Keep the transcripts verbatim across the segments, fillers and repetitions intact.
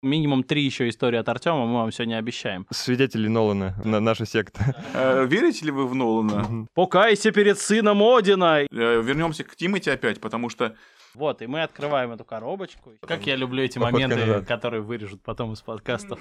Минимум три еще истории от Артема мы вам сегодня обещаем. Свидетели Нолана, на наша секта. Э, верите ли вы в Нолана? Покайся перед сыном Одина! Э, вернемся к Тимоти опять, потому что... Вот, и мы открываем эту коробочку. Как я люблю эти Походка моменты, назад. которые вырежут потом из подкастов.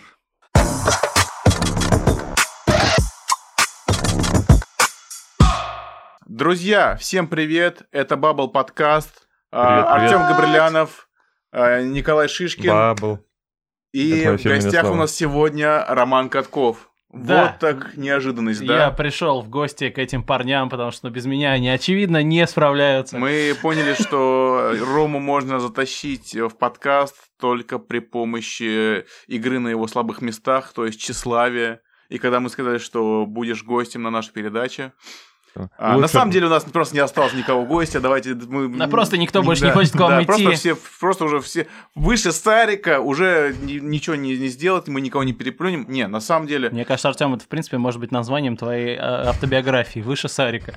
Друзья, всем привет, это Бабл подкаст. Привет, Артем привет. Габрилянов, э, Николай Шишкин. Бабл. И Это мое в фирменное гостях слово. у нас сегодня Роман Катков. Да. Вот так неожиданность, Я да? пришел в гости к этим парням, потому что без меня они, очевидно, не справляются. Мы поняли, что Рому можно затащить в подкаст только при помощи игры на его слабых местах, то есть тщеславия. И когда мы сказали, что будешь гостем на нашей передаче... А, Лучше- на самом деле у нас просто не осталось никого гостя, давайте мы... Да просто никто больше Да, не хочет к вам да, идти. Просто, все, просто уже все выше Сарика, уже ни- ничего не, не сделать, мы никого не переплюнем. Не, на самом деле... Мне кажется, Артем, это, в принципе, может быть названием твоей э, автобиографии. Выше Сарика.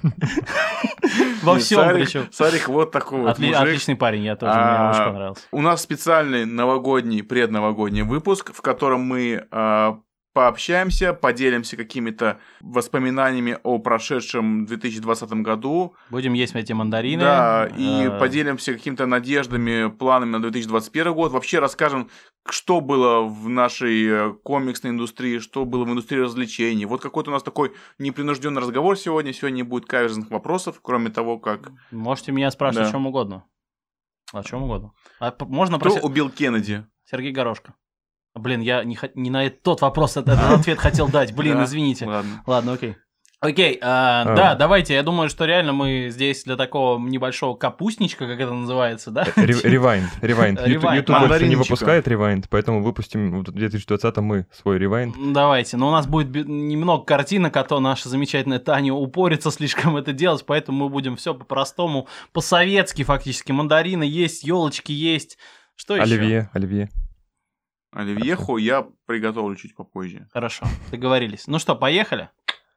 Во всем Сарик, причем. Сарик вот такой вот Отли- мужик. Отличный парень, я тоже, А, мне очень понравился. У нас специальный новогодний, предновогодний выпуск, в котором мы а, пообщаемся, поделимся какими-то воспоминаниями о прошедшем две тысячи двадцатом году. Будем есть эти мандарины. Да, и Э, поделимся какими-то надеждами, планами на две тысячи двадцать первый год. Вообще расскажем, что было в нашей э, комиксной индустрии, что было в индустрии развлечений. Вот какой-то у нас такой непринужденный разговор сегодня. Сегодня не будет каверзных вопросов, кроме того, как... Можете меня спрашивать Да. о чем угодно. О чем угодно. А п- можно Кто про убил Кеннеди? Сергей Горошко. Блин, я не, хот- не на тот вопрос этот ответ хотел дать. Блин, Да? извините. Ладно. Ладно, окей. Окей, а, А. да, давайте. Я думаю, что реально мы здесь для такого небольшого капустничка, как это называется, да? Ре- Ревайнд, ревайнд. Ютуб Ревайнд. Ютуб больше не Мандаринчика. выпускает ревайнд, поэтому выпустим в две тысячи двадцатом мы свой ревайнд. Давайте, но у нас будет би- немного картинок, а то наша замечательная Таня упорится слишком это делать, поэтому мы будем все по-простому, по-советски фактически. Мандарины есть, елочки есть. Что еще? Оливье, оливье. Оливьеху я приготовлю чуть попозже. Хорошо, договорились. Ну что, поехали?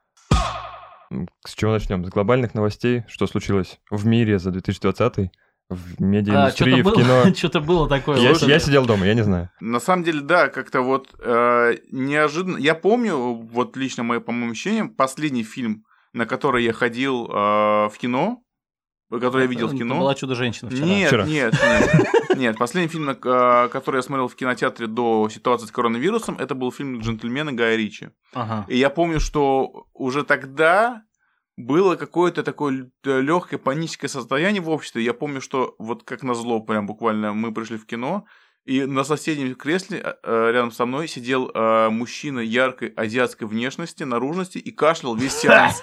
М, С чего начнем? С глобальных новостей, что случилось в мире за две тысячи двадцатый, в А, медиаиндустрии, что-то в было, кино. что-то было такое. Я, вот я это- сидел дома, я не знаю. На самом деле, да, как-то вот э, неожиданно. Я помню, вот лично мое, по моим ощущениям, последний фильм, на который я ходил э, в кино, который я видел в Это кино. была «Чудо-женщина» вчера. Нет, Вчера. нет, нет. Нет, последний фильм, на- э, который я смотрел в кинотеатре до ситуации с коронавирусом, это был фильм «Джентльмены» Гая Ричи. Ага. И я помню, что уже тогда было какое-то такое легкое паническое состояние в обществе. Я помню, что вот как назло, прям буквально мы пришли в кино, и на соседнем кресле э, рядом со мной сидел э, мужчина яркой азиатской внешности, наружности и кашлял весь сеанс.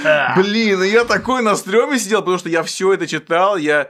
Блин, и я такой на стреме сидел, потому что я все это читал, я,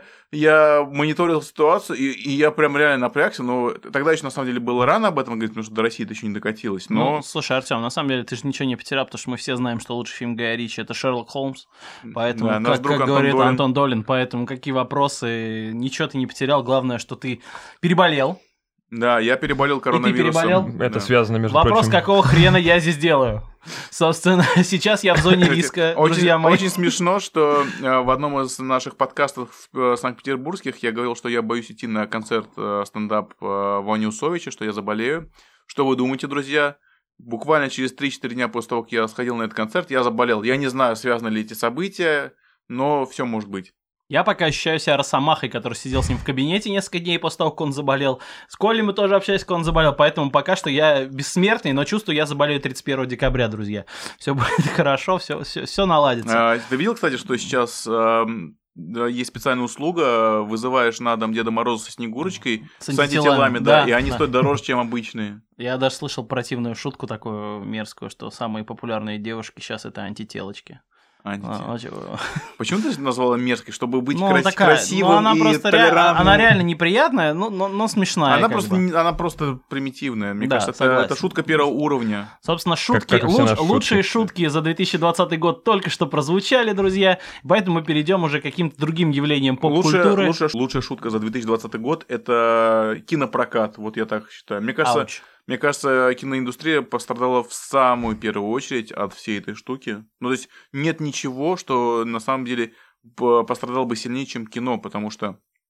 я мониторил ситуацию, и, и я прям реально напрягся. Но тогда еще на самом деле было рано об этом говорить, потому что до России это еще не докатилось. Но Ну, слушай, Артем, на самом деле ты же ничего не потерял, потому что мы все знаем, что лучший фильм Гая Ричи — это «Шерлок Холмс». Поэтому, Да, наш как, друг как Антон говорит Долин. Антон Долин, поэтому какие вопросы, ничего ты не потерял, главное, что ты переболел. да, я переболел коронавирусом. переболел? Это Да. связано, между Вопрос, прочим. какого хрена я здесь делаю? Собственно, сейчас я в зоне риска, Очень, друзья мои. очень смешно, что э, в одном из наших подкастов э, санкт-петербургских я говорил, что я боюсь идти на концерт э, стендап э, Вани Усовича, что я заболею. Что вы думаете, друзья? Буквально через три-четыре дня после того, как я сходил на этот концерт, я заболел. Я не знаю, связаны ли эти события, но все может быть. Я пока ощущаю себя Росомахой, который сидел с ним в кабинете несколько дней после того, как он заболел. С Колей мы тоже общались, когда он заболел, поэтому пока что я бессмертный, но чувствую, я заболею тридцать первого декабря, друзья. Все будет хорошо, все, все, все наладится. А, ты видел, кстати, что сейчас эм, да, есть специальная услуга, вызываешь на дом Деда Мороза со Снегурочкой С с антителами, антителами, да, да, и они да. стоят дороже, чем обычные. Я даже слышал противную шутку такую мерзкую, что самые популярные девушки сейчас это антителочки. Антителы. А, очень- Почему ты назвала мерзкой? Чтобы быть Ну, крас- такая, красивым ну, она и просто ре- толерантным? она реально неприятная, но, но, но смешная. Она как просто, бы. не- она просто примитивная. Мне Да, кажется, это, согласен. это шутка первого уровня. Собственно, шутки, как и все луч- наши лучшие шутки. шутки за две тысячи двадцатый год только что прозвучали, друзья. Поэтому мы перейдем уже к каким-то другим явлениям Лучшая, поп-культуры. лучшая, лучшая шутка за две тысячи двадцатый год – это кинопрокат. Вот я так считаю. Мне кажется, Ауч. мне кажется, киноиндустрия пострадала в самую первую очередь от всей этой штуки. Ну, то есть нет ничего, что на самом деле п- пострадало бы сильнее, чем кино, потому что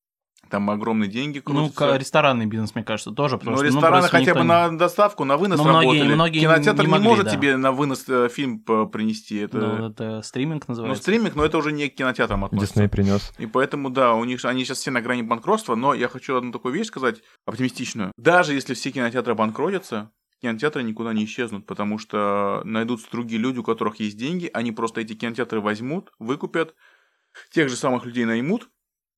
Там огромные деньги Ну, крутятся. к- ресторанный бизнес, мне кажется, тоже. Потому Ну, что, ну, рестораны просто хотя никто бы не- на доставку, на вынос Ну, многие- работали. многие Кинотеатр не не, могли, может да. тебе на вынос э, фильм по- принести. Это... Ну, это стриминг Ну, называется. стриминг, но это уже не к кинотеатрам относится. Дисней принес. И поэтому, да, у них, они сейчас все на грани банкротства, но я хочу одну такую вещь сказать, оптимистичную. Даже если все кинотеатры банкротятся, кинотеатры никуда не исчезнут, потому что найдутся другие люди, у которых есть деньги, они просто эти кинотеатры возьмут, выкупят, тех же самых людей наймут,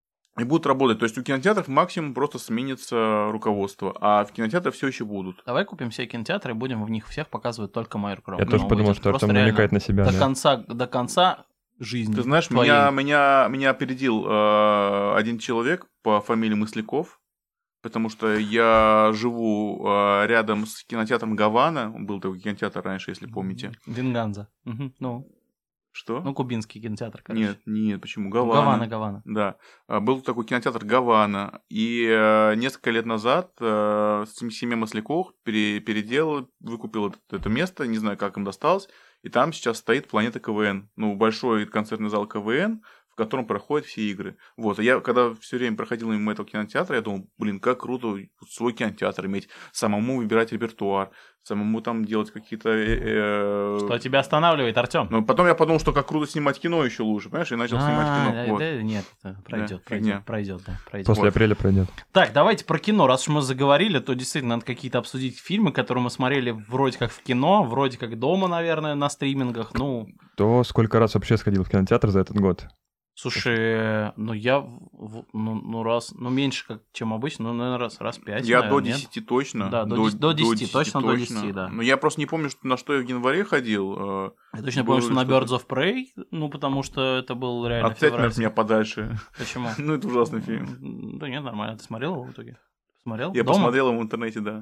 и будут работать. То есть у кинотеатров максимум просто сменится руководство, а в кинотеатрах все еще будут. Давай купим все кинотеатры и будем в них всех показывать только Майор-Гром. Я тоже подумал, что Артем намекает на себя. До да. конца, до конца жизни. Ты знаешь, твоей. меня, меня, меня опередил э, один человек по фамилии Масляков, потому что я живу э, рядом с кинотеатром Гавана. Был такой кинотеатр раньше, если помните. Винганза. Мгм. Ну, Что? ну, кубинский кинотеатр, короче. Нет, нет, почему? Ну, Гавана. Гавана, Гавана. Да. А, Был такой кинотеатр Гавана. И э, несколько лет назад э, сем- семья Масляковых пере- переделала, выкупила это, это место, не знаю, как им досталось. И там сейчас стоит Планета КВН. Ну, большой концертный зал КВН, в котором проходят все игры. Вот. И я, когда все время проходил мимо этого кинотеатра, я думал, блин, как круто свой кинотеатр иметь, самому выбирать репертуар, самому там делать какие-то... э, э, Что тебя останавливает, Артем? Но потом я подумал, что как круто снимать кино еще лучше, понимаешь, и начал снимать кино. да, Вот. да, нет, это пройдет, Да, фигня. пройдет, пройдет, да, пройдет. После Вот. апреля пройдет. Так, давайте про кино. Раз уж мы заговорили, то действительно надо какие-то обсудить фильмы, которые мы смотрели вроде как в кино, вроде как дома, наверное, на стримингах. Ну, То сколько раз вообще сходил в кинотеатр за этот год? слушай, ну я, в- ну, ну раз, ну меньше, как, чем обычно, ну, наверное, раз, раз пять, Я наверное, до нет? десяти точно. Да, до десяти- до десяти, точно до десяти, да. Но я просто не помню, что- на что я в январе ходил. э, Я точно было помню, что ли на что-то. Birds of Prey, ну, потому что это был реально Отцепь февраль. от меня подальше. Почему? Ну, это ужасный фильм. М, Да нет, нормально. Ты смотрел его в итоге? Смотрел? Я Дома? посмотрел его в интернете, да.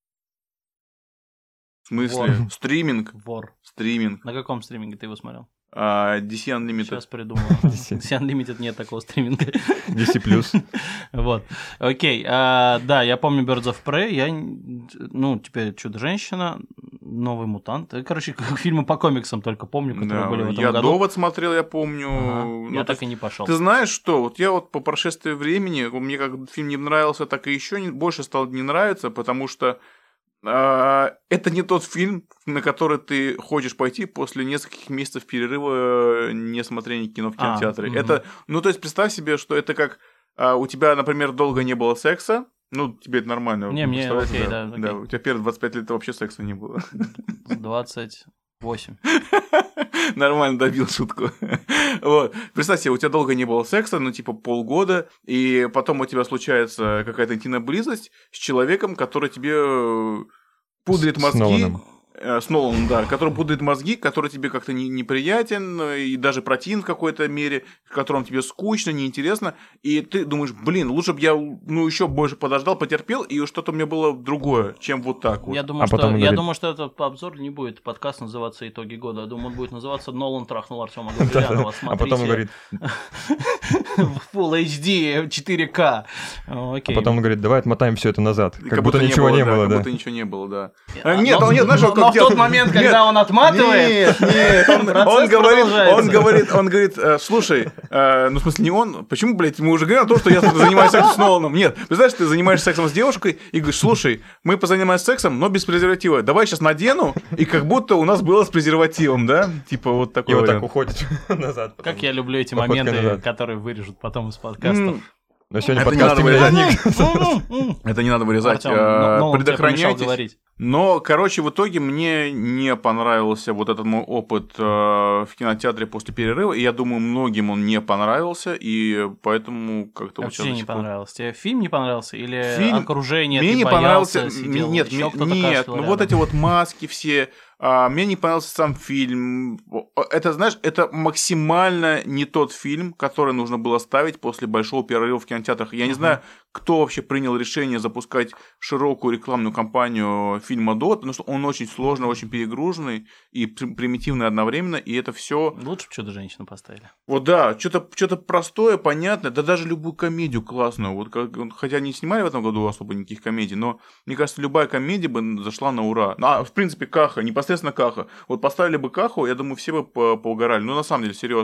В смысле? Вор. Стриминг. Вор. Стриминг. На каком стриминге ты его смотрел? А, ди си Unlimited. Сейчас придумал. ди си. ди си Unlimited нет такого стриминга. ди си плюс. Вот. Окей. а, Да, я помню Birds of Prey. Я, н- ну, теперь Чудо-женщина, Новый мутант. Э, Короче, как фильмы по комиксам только помню, которые Да, были в этом я году. довод смотрел, я помню. Ага. Ну, Я то так есть и не пошел. Ты знаешь что, вот я вот по прошествии времени, мне как фильм не нравился, так и еще не, больше стал не нравиться, потому что а, это не тот фильм, на который ты хочешь пойти после нескольких месяцев перерыва э, несмотрения кино в А, кинотеатре. мгм. Это, ну то есть представь себе, что это как а, у тебя, например, долго не было секса, ну тебе это нормально. Не, мне представляете, окей, да, окей. у тебя первые двадцать пять лет вообще секса не было. двадцать восемь. Нормально добил шутку. Вот. Представь себе, у тебя долго не было секса, ну, типа полгода, и потом у тебя случается какая-то интимная близость с человеком, который тебе э, пудрит С- с мозги. Ноланом. Э, С Ноланом, да, который пудрит мозги, который тебе как-то не- неприятен, э, и даже противен в какой-то мере, в котором тебе скучно, неинтересно, и ты думаешь, блин, лучше бы я, ну, еще больше подождал, потерпел, и что-то у меня было другое, чем вот так вот. Я думаю, А что, потом он я говорит- думаю, что этот обзор не будет подкаст называться «Итоги года». Я думаю, он будет называться «Нолан трахнул Артема Габрилянова». А потом он говорит, в Full эйч ди четыре ка. О, а Окей. потом он говорит, давай отмотаем все это назад. И Как, будто ничего не было, Как да. будто ничего не было, да. А, Нет, но- он нет, знаешь, но- он но как в тот делал- момент, Нет, когда он отматывает, Нет, нет, он, процесс он говорит, продолжается. он говорит, он говорит, э, слушай, э, ну в смысле не он, почему, блядь, мы уже говорим о том, что я занимаюсь сексом с Ноланом. Нет, представляешь, ты занимаешься сексом с девушкой и говоришь, слушай, мы позанимаемся сексом, но без презерватива. Давай сейчас надену, и как будто у нас было с презервативом, да? Типа вот такой И вот так вариант. уходит назад. Как я люблю эти Походка моменты, назад. которые вырежут потом из подкаста. М, Но сегодня Это не подкаст надо именно вырезать. Ник. Это не надо вырезать. Артём, э, но- но он тебе помешал Предохраняйтесь. говорить. Но, короче, в итоге мне не понравился вот этот мой опыт э, в кинотеатре после перерыва, и я думаю, многим он не понравился, и поэтому как-то вот сейчас Вообще до не сих пор- понравилось. Тебе фильм не понравился? Или Фильм- окружение, Мне ты не боялся, понравился, сидел, нет, ещё мне- кто-то нет, кашлял ну вот рядом? эти вот маски все, а, мне не понравился сам фильм. Это, знаешь, это максимально не тот фильм, который нужно было ставить после большого перерыва в кинотеатрах. Я не Мгм. знаю, кто вообще принял решение запускать широкую рекламную кампанию фильма до, потому что он очень сложный, очень перегруженный и при- примитивный одновременно, и это все. Лучше бы Чудо-женщину поставили. Вот да, что-то что простое, понятное, да даже любую комедию классную, вот как, хотя не снимали в этом году особо никаких комедий, но мне кажется, любая комедия бы зашла на ура. А, в принципе, Каха, непосредственно Каха. Вот поставили бы Каху, я думаю, все бы по- поугорали. Ну, на самом деле, серьезно.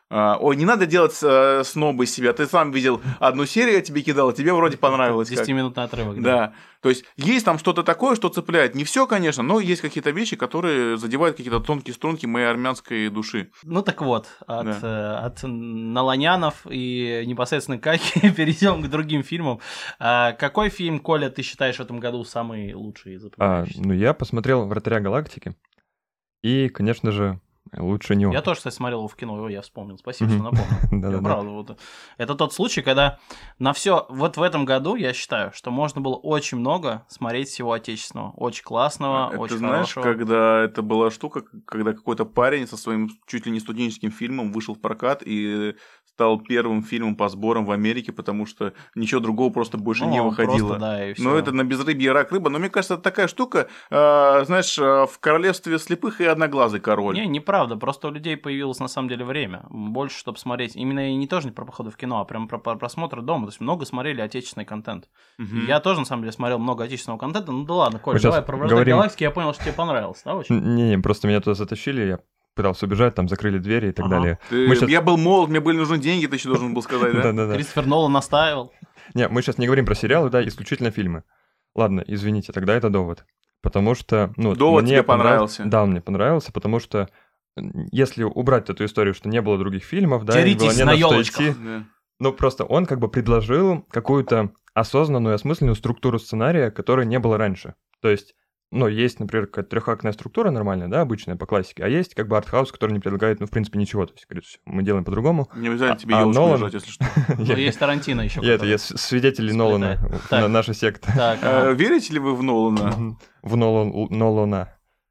А, ой, не надо делать э, снобы из себя. Ты сам видел одну серию, я тебе кидал, и тебе вроде понравилось. десятиминутный отрывок. Да. да. То есть есть там что-то такое, что цепляет. Не все, конечно, но есть какие-то вещи, которые задевают какие-то тонкие струнки моей армянской души. Ну так вот, от, Да. э, от Наланянов и непосредственно Каки перейдем к другим фильмам. А какой фильм, Коля, ты считаешь в этом году самый лучший и А, запоминающийся? ну, я посмотрел «Вратаря галактики», и, конечно же, лучше него. Я тоже, кстати, смотрел его в кино, Ой, я вспомнил. Спасибо, Мгм. что напомнил. Да-да-да. Я правда, вот. Это тот случай, когда на все, вот в этом году я считаю, что можно было очень много смотреть всего отечественного, очень классного, Это очень знаешь, хорошего. когда это была штука, когда какой-то парень со своим чуть ли не студенческим фильмом вышел в прокат и стал первым фильмом по сборам в Америке, потому что ничего другого просто больше Ну, не он выходило. просто, да, и всё. Но это на безрыбье рак рыба. Но мне кажется, это такая штука, э, знаешь, э, в королевстве слепых и одноглазый король. Не, неправда, просто у людей появилось на самом деле время, больше, чтобы смотреть, именно и не тоже не про походы в кино, а прям про, про просмотр дома, то есть много смотрели отечественный контент. Мгм. Я тоже, на самом деле, смотрел много отечественного контента, ну да ладно, Коля, Мы щас давай про «Врата говорим- галактики», я понял, что тебе понравилось, да, очень? Не-не, просто меня туда затащили, я пытался убежать, там закрыли двери и так Ага. далее. Ты- Мы щас- Я был молод, мне были нужны деньги, ты еще должен был сказать, да? Да-да-да. Кристофер Нолан настаивал. Не, мы сейчас не говорим про сериалы, да, исключительно фильмы. Ладно, извините, тогда это довод. Потому что, ну, Довод мне тебе понравился. понравился. Да, он мне понравился, потому что м, если убрать эту историю, что не было других фильмов, да, и Деритесь было не на на что ёлочках. идти, Да. ну, просто он как бы предложил какую-то осознанную, осмысленную структуру сценария, которой не было раньше. То есть, ну, есть, например, какая-то трехактная структура нормальная, да, обычная по классике, а есть как бы артхаус, который не предлагает, ну, в принципе, ничего. То есть, говорит, «Всё, мы делаем по-другому». Не обязательно А- тебе а елочку Нолан- лежать, если что. Ну, Я- есть Тарантино еще. Я это, я с- свидетель Нолана, сплетает. на- Так. наша секта. Так, Э, ага. Верите ли вы в Нолана? Мгм. В Нолан, Нолана.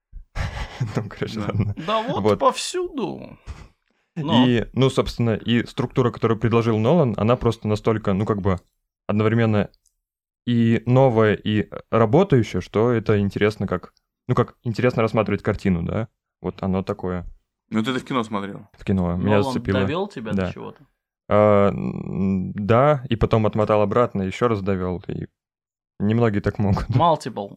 Ну, короче, Да. ладно. Да вот, Вот. повсюду. Ну. И, ну, собственно, и структура, которую предложил Нолан, она просто настолько, ну, как бы, одновременно и новая, и работающая, что это интересно как... Ну, как интересно рассматривать картину, да? Вот оно такое Ну, ты это в кино смотрел. в кино. Меня Нолан зацепило. довел тебя Да. до чего-то? А, м, да, и потом отмотал обратно, еще раз довел. И немногие так могут. Multiple.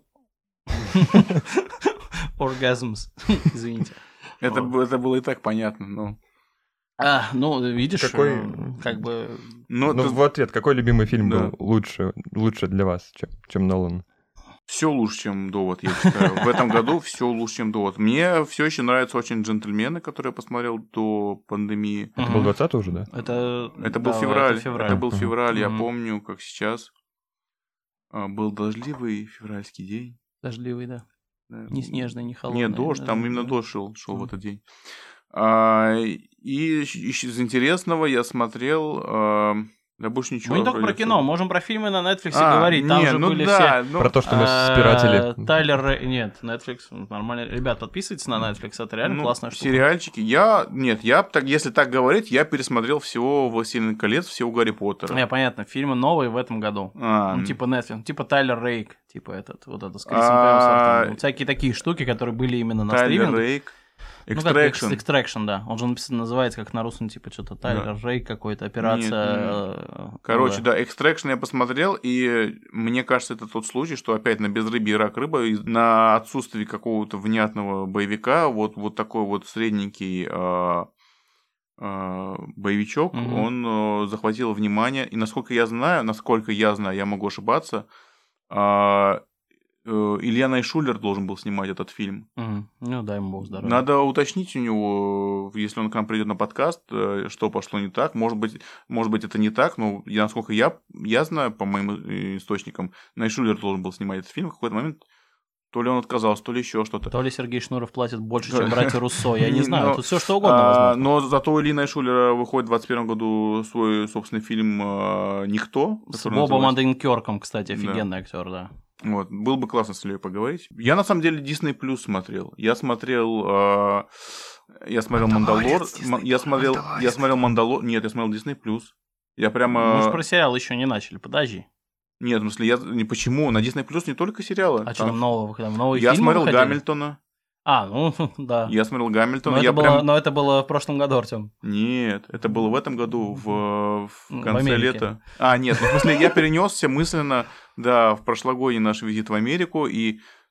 Orgasms. Извините. Это, Вот. б- это было и так понятно, но... А, ну, видишь, Какой- э, как бы... Но Ну, в ответ, какой любимый фильм Да. был лучше, лучше для вас, чем, чем Нолан? все лучше, чем «Довод», я считаю. В этом году все лучше, чем «Довод». Мне все еще нравятся очень «Джентльмены», которые я посмотрел до пандемии. Это Мгм. был двадцатый уже, да? Это, Это был да, февраль. Это февраль. Это был Мгм. февраль, я Мгм. помню, как сейчас. А, Был дождливый февральский день. Дождливый, да. Да. Не снежный, не холодный. Нет, дождь, да, там да. именно дождь шел, шел в Мгм. этот день. А, и ещё- ещё из интересного я смотрел... а, да больше ничего. Мы не только вроде про кино, всё. можем про фильмы на Netflix А, говорить. Там не, же ну были да, все... ну, Про то, что мы А, спиратели. Тайлер Рей- Нет, Netflix, нормально. Ребят, подписывайтесь на Netflix, это реально ну, классная штука. сериальчики. Я, нет, я, так, если так говорить, я пересмотрел всего «Властелин колец», всего Гарри Поттера. Не, понятно, фильмы новые в этом году. А, Ну, типа Netflix, типа Тайлер Рейк, типа этот, вот это с Крисом А, Хемсвортом. Всякие такие штуки, которые были именно на Тайлер стриминге. Рейк, Ну, как Экстракшн. Extraction, да. Он же написан, называется как на русском, типа что-то Тайлер Рейк какой-то, операция. э, Короче, ну да, Extraction я посмотрел, и мне кажется, это тот случай, что опять на безрыбье рак рыба, и на отсутствии какого-то внятного боевика, вот, вот такой вот средненький а, а, боевичок, Мгм. он а, захватил внимание, и насколько я знаю, насколько я знаю, я могу ошибаться, а, э, Илья Найшулер должен был снимать этот фильм. Мгм. Ну, дай ему бог здоровья. Надо уточнить у него, если он к нам придет на подкаст, э, что пошло не так. Может быть, может быть это не так, но я, насколько я, я знаю, по моим э, источникам, Найшулер должен был снимать этот фильм. В какой-то момент то ли он отказался, то ли еще что-то. То ли Сергей Шнуров платит больше, чем братья Руссо, я не знаю, Но- тут все что угодно А, возможно. но зато у Ильи Найшулера выходит в двадцать первом году свой собственный фильм э, «Никто». С который Бобом называется- Оденкерком, кстати, Да. офигенный актер, да. Вот, было бы классно с Ильей поговорить. Я на самом деле Disney Plus смотрел. Я смотрел, э, я смотрел Мандалор, Ма- я смотрел, я смотрел Мандалор, нет, я смотрел Disney Plus. Я прямо, Мы же про сериал еще не начали, подожди. нет, в смысле, я не почему на Disney Plus не только сериалы. А что там нового выхода? Новые Я фильмы смотрел выходили? Гамильтона. А, ну, да. Я смотрел Гамильтона. Но я это, было, прям... но это было в прошлом году, Артем. Нет, это было в этом году, в, в В конце Америке. лета. А, нет, ну, в смысле, я перенесся мысленно, да, в прошлогодний наш визит в Америку, и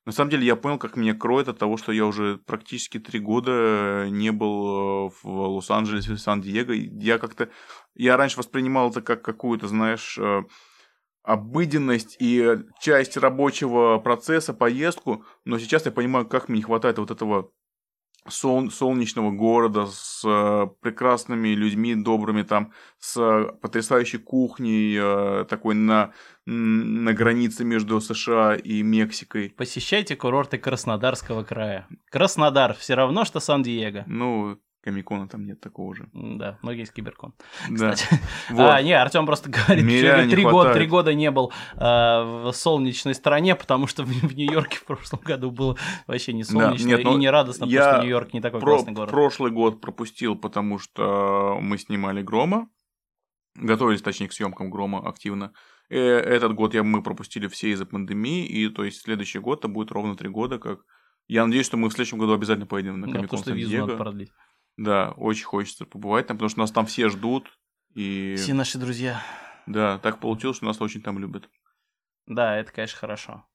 На самом деле, я понял, как меня кроет от того, что я уже практически три года не был в Лос-Анджелесе, в Сан-Диего. Я как-то... Я раньше воспринимал это как какую-то, знаешь, обыденность и часть рабочего процесса, поездку, но сейчас я понимаю, как мне не хватает вот этого сол- солнечного города с э, прекрасными людьми, добрыми, там, с э, потрясающей кухней, э, такой на, на границе между США и Мексикой. Посещайте курорты Краснодарского края. Краснодар все равно, что Сан-Диего. Ну, Комикона там нет такого же. Да, но есть Киберкон. Да. Кстати. Вот. А, не, Артем просто говорит, Мне что реально не три года, хватает. три года не был э, в солнечной стране, потому что в, в Нью-Йорке в прошлом году было вообще не солнечно нет, и но не радостно, я потому что Нью-Йорк не такой Про- классный город. прошлый год пропустил, потому что мы снимали Грома. Готовились, точнее, к съемкам Грома активно. Э, Этот год я, мы пропустили все из-за пандемии, и то есть следующий год это будет ровно три года, как... Я надеюсь, что мы в следующем году обязательно поедем на Да, Комикон потому что визу надо продлить. Да, очень хочется побывать там, потому что нас там все ждут. И... Все наши друзья. Да, так получилось, что нас очень там любят. Да, это, конечно, хорошо.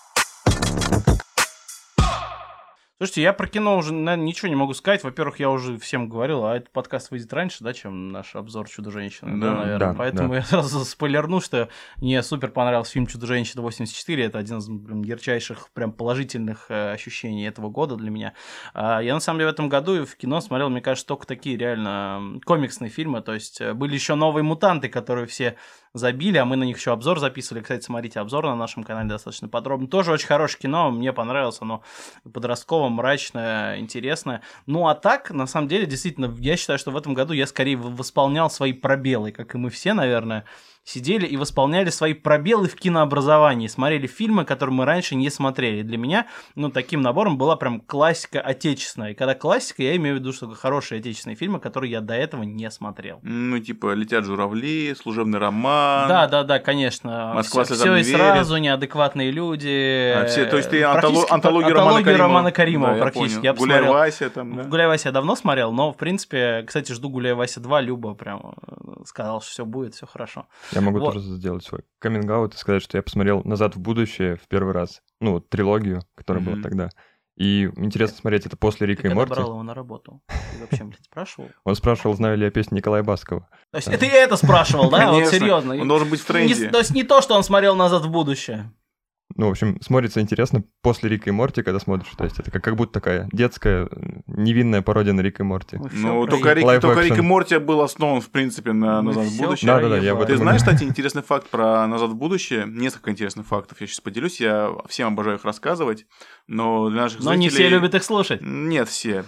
Слушайте, я про кино уже, наверное, ничего не могу сказать. Во-первых, я уже всем говорил, а этот подкаст выйдет раньше, да, чем наш обзор «Чудо-женщины», да, Да, наверное. да, Поэтому да. я сразу спойлерну, что мне супер понравился фильм «Чудо-женщина восемьдесят четыре». Это один из, блин, ярчайших, прям положительных э, ощущений этого года для меня. А, я, на самом деле, в этом году в кино смотрел, мне кажется, только такие реально м, комиксные фильмы. То есть э, были еще «Новые мутанты», которые все забили, а мы на них еще обзор записывали. Кстати, смотрите обзор на нашем канале достаточно подробно. Тоже очень хорошее кино, мне понравилось. Оно подростковое, мрачное, интересное. Ну, а так, на самом деле, действительно, я считаю, что в этом году я скорее восполнял свои пробелы, как и мы все, наверное, сидели и восполняли свои пробелы в кинообразовании, смотрели фильмы, которые мы раньше не смотрели. Для меня, ну, таким набором была прям классика отечественная. И когда классика, я имею в виду, что хорошие отечественные фильмы, которые я до этого не смотрел. Ну, типа «Летят журавли», «Служебный роман». Да, да, да, конечно. «Москва все, слезам все не и верит». сразу, неадекватные люди. А, все, то есть ты Практически антоло- антологию антологию Романа Каримова. Романа Каримова Да, я практически. понял. Я «Гуляй, посмотрел. Вася» там, да. «Гуляй, Вася» я давно смотрел, но, в принципе, кстати, жду «Гуляй, Вася два». Люба прям сказал, что все будет, все хорошо. Я могу Вот. тоже сделать свой каминг-аут и сказать, что я посмотрел «Назад в будущее» в первый раз. Ну, вот трилогию, которая Мгм. была тогда. И интересно смотреть это после Ты Рика и когда Морти. брал его на работу? Ты вообще, блядь, спрашивал? Он спрашивал, знаю ли я песни Николая Баскова. То есть ты это спрашивал, да? Вот Конечно. серьезно. Он должен быть в Не- тренде. То есть не то, что он смотрел «Назад в будущее». Ну, в общем, смотрится интересно после Рика и Морти, когда смотришь. То есть это как, как будто такая детская, невинная пародия на Рика и Морти. Мы всё Ну, про- только Рик, Live только Рик и action. Морти был основан, в принципе, на Мы «Назад в всё будущее». Да-да-да, я об проебали. Ты этом знаешь, именно. кстати, интересный факт про «Назад в будущее»? Несколько интересных фактов. Я сейчас поделюсь. Я всем обожаю их рассказывать. Но для наших Но не зрителей... все любят их слушать. Нет, все.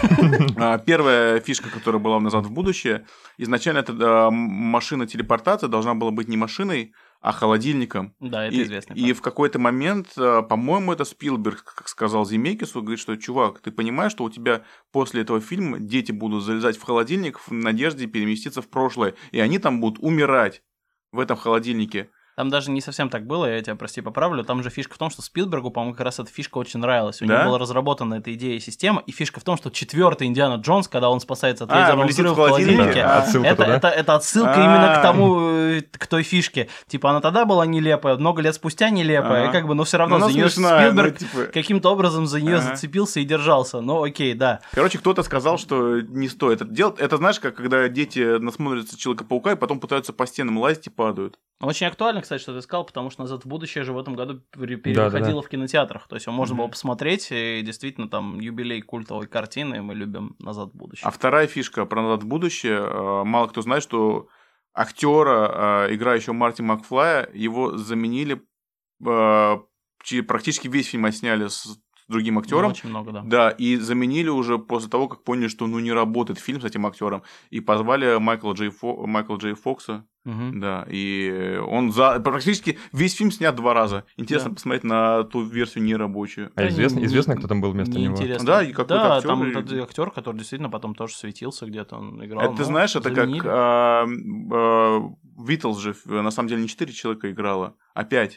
А, Первая фишка, которая была в «Назад в будущее», изначально эта а, машина телепортации должна была быть не машиной, а холодильником. Да, это И, известно. и в какой-то момент, а, по-моему, это Спилберг, как сказал Земекису, говорит, что, чувак, ты понимаешь, что у тебя после этого фильма дети будут залезать в холодильник в надежде переместиться в прошлое, и они там будут умирать в этом холодильнике. Там даже не совсем так было, я тебя, прости, поправлю. Там же фишка в том, что Спилбергу, по-моему, как раз эта фишка очень нравилась. У Да? него была разработана эта идея и система. И фишка в том, что четвертый Индиана Джонс, когда он спасается от А, язерного влетит в взрыва в холодильник? холодильнике, А, Отсылка это, туда. это, это отсылка А. именно к тому, э, к той фишке. Типа, она тогда была нелепая, много лет спустя нелепая, Ага. и как бы, но все равно Ну, за она нее смешная, ну, Спилберг типа- каким-то образом за нее Ага. зацепился и держался. Ну, окей, да. Короче, кто-то сказал, что не стоит это делать. Это, знаешь, как когда дети насмотрятся Человека-паука и потом пытаются по стенам лазить и падают. Очень актуально, кстати, что ты сказал, потому что «Назад в будущее» же в этом году пере- перевыходило Да-да-да. в кинотеатрах. То есть его можно Мгм. было посмотреть, и действительно там юбилей культовой картины, и мы любим «Назад в будущее». А вторая фишка про «Назад в будущее». э, Мало кто знает, что актера, э, играющего Марти Макфлая, его заменили... э, чи- Практически весь фильм отсняли с другим Ну, актером. очень много, да. Да, и заменили уже после того, как поняли, что ну не работает фильм с этим актером. И позвали Майкла Джей, Фо... Майкла Джей Фокса. Мгм. Да, и он за... практически весь фильм снят два раза. Интересно Да. посмотреть на ту версию нерабочую. А Да, известно, не- известно, не- кто там был вместо него? Неинтересно. Да, и какой-то да, актер, там и- этот актер, который действительно потом тоже светился где-то, он играл. Это, ты ну, знаешь, это заменили. как а, а, Битлз же э, на самом деле не четыре человека играло, а пять.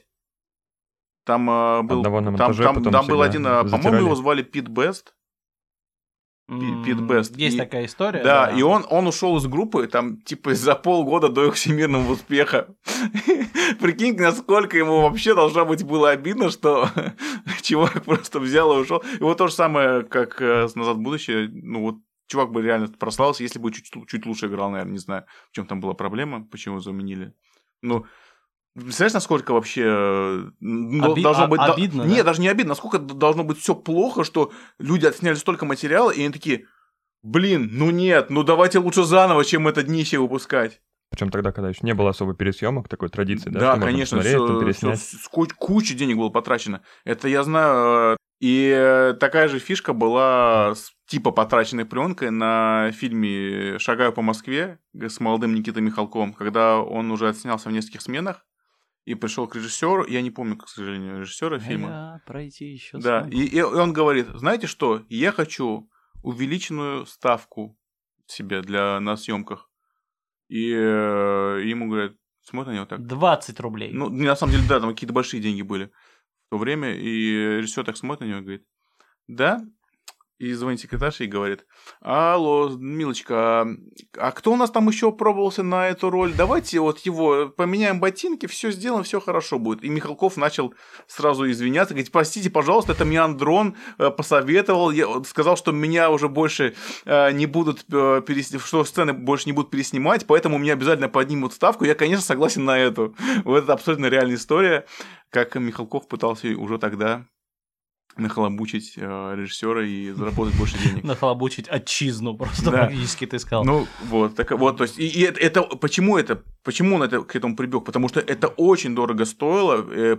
Там а, был, Одного на там, монтаже, там, потом там был всегда один, а, по-моему, затирали. его звали Пит Бест. Пит Бест. Есть и, такая история. Да, да. и он, он ушел из группы, там, типа, за полгода до их всемирного успеха. Прикинь, насколько ему вообще должно быть было обидно, что чувак просто взял и ушел. И вот то же самое, как с «Назад в будущее». Ну, вот чувак бы реально прославился, если бы чуть, чуть лучше играл, наверное, не знаю, в чем там была проблема, почему его заменили. Ну, представляешь, насколько вообще Оби... должно а- быть... обидно, да? да? Нет, даже не обидно, насколько должно быть все плохо, что люди отсняли столько материала, и они такие, блин, ну нет, ну давайте лучше заново, чем это днище выпускать. Причем тогда, когда еще не было особо пересъемок, такой традиции, да? Да, что конечно, можно посмотреть, там, всё, переснять. всё, ку- куча денег было потрачено. Это я знаю. И такая же фишка была с типа потраченной пленкой на фильме «Шагаю по Москве» с молодым Никитой Михалковым, когда он уже отснялся в нескольких сменах и пришел к режиссеру. Я не помню, к сожалению, режиссера фильма. Я пройти еще Да, и, и он говорит: знаете что, я хочу увеличенную ставку себе для на съемках. И э, ему говорят, смотрят на него так. двадцать рублей. Ну, на самом деле, да, там какие-то большие деньги были в то время. И режиссер так смотрит на него и говорит, да. И звонит секретарша и говорит: алло, милочка, а, а кто у нас там еще пробовался на эту роль? Давайте вот его поменяем ботинки, все сделаем, все хорошо будет. И Михалков начал сразу извиняться, говорит: простите, пожалуйста, это мне Андрон э, посоветовал, я, сказал, что меня уже больше э, не будут э, перес... что сцены больше не будут переснимать, поэтому мне обязательно поднимут ставку. Я, конечно, согласен на эту. Вот это абсолютно реальная история, как Михалков пытался уже тогда нахлобучить э, режиссера и заработать больше денег. Нахлобучить отчизну, просто Да. практически ты сказал. Ну, вот, так, вот, то есть, и, и это, это, почему это, почему он это, к этому прибег? Потому что это очень дорого стоило, э,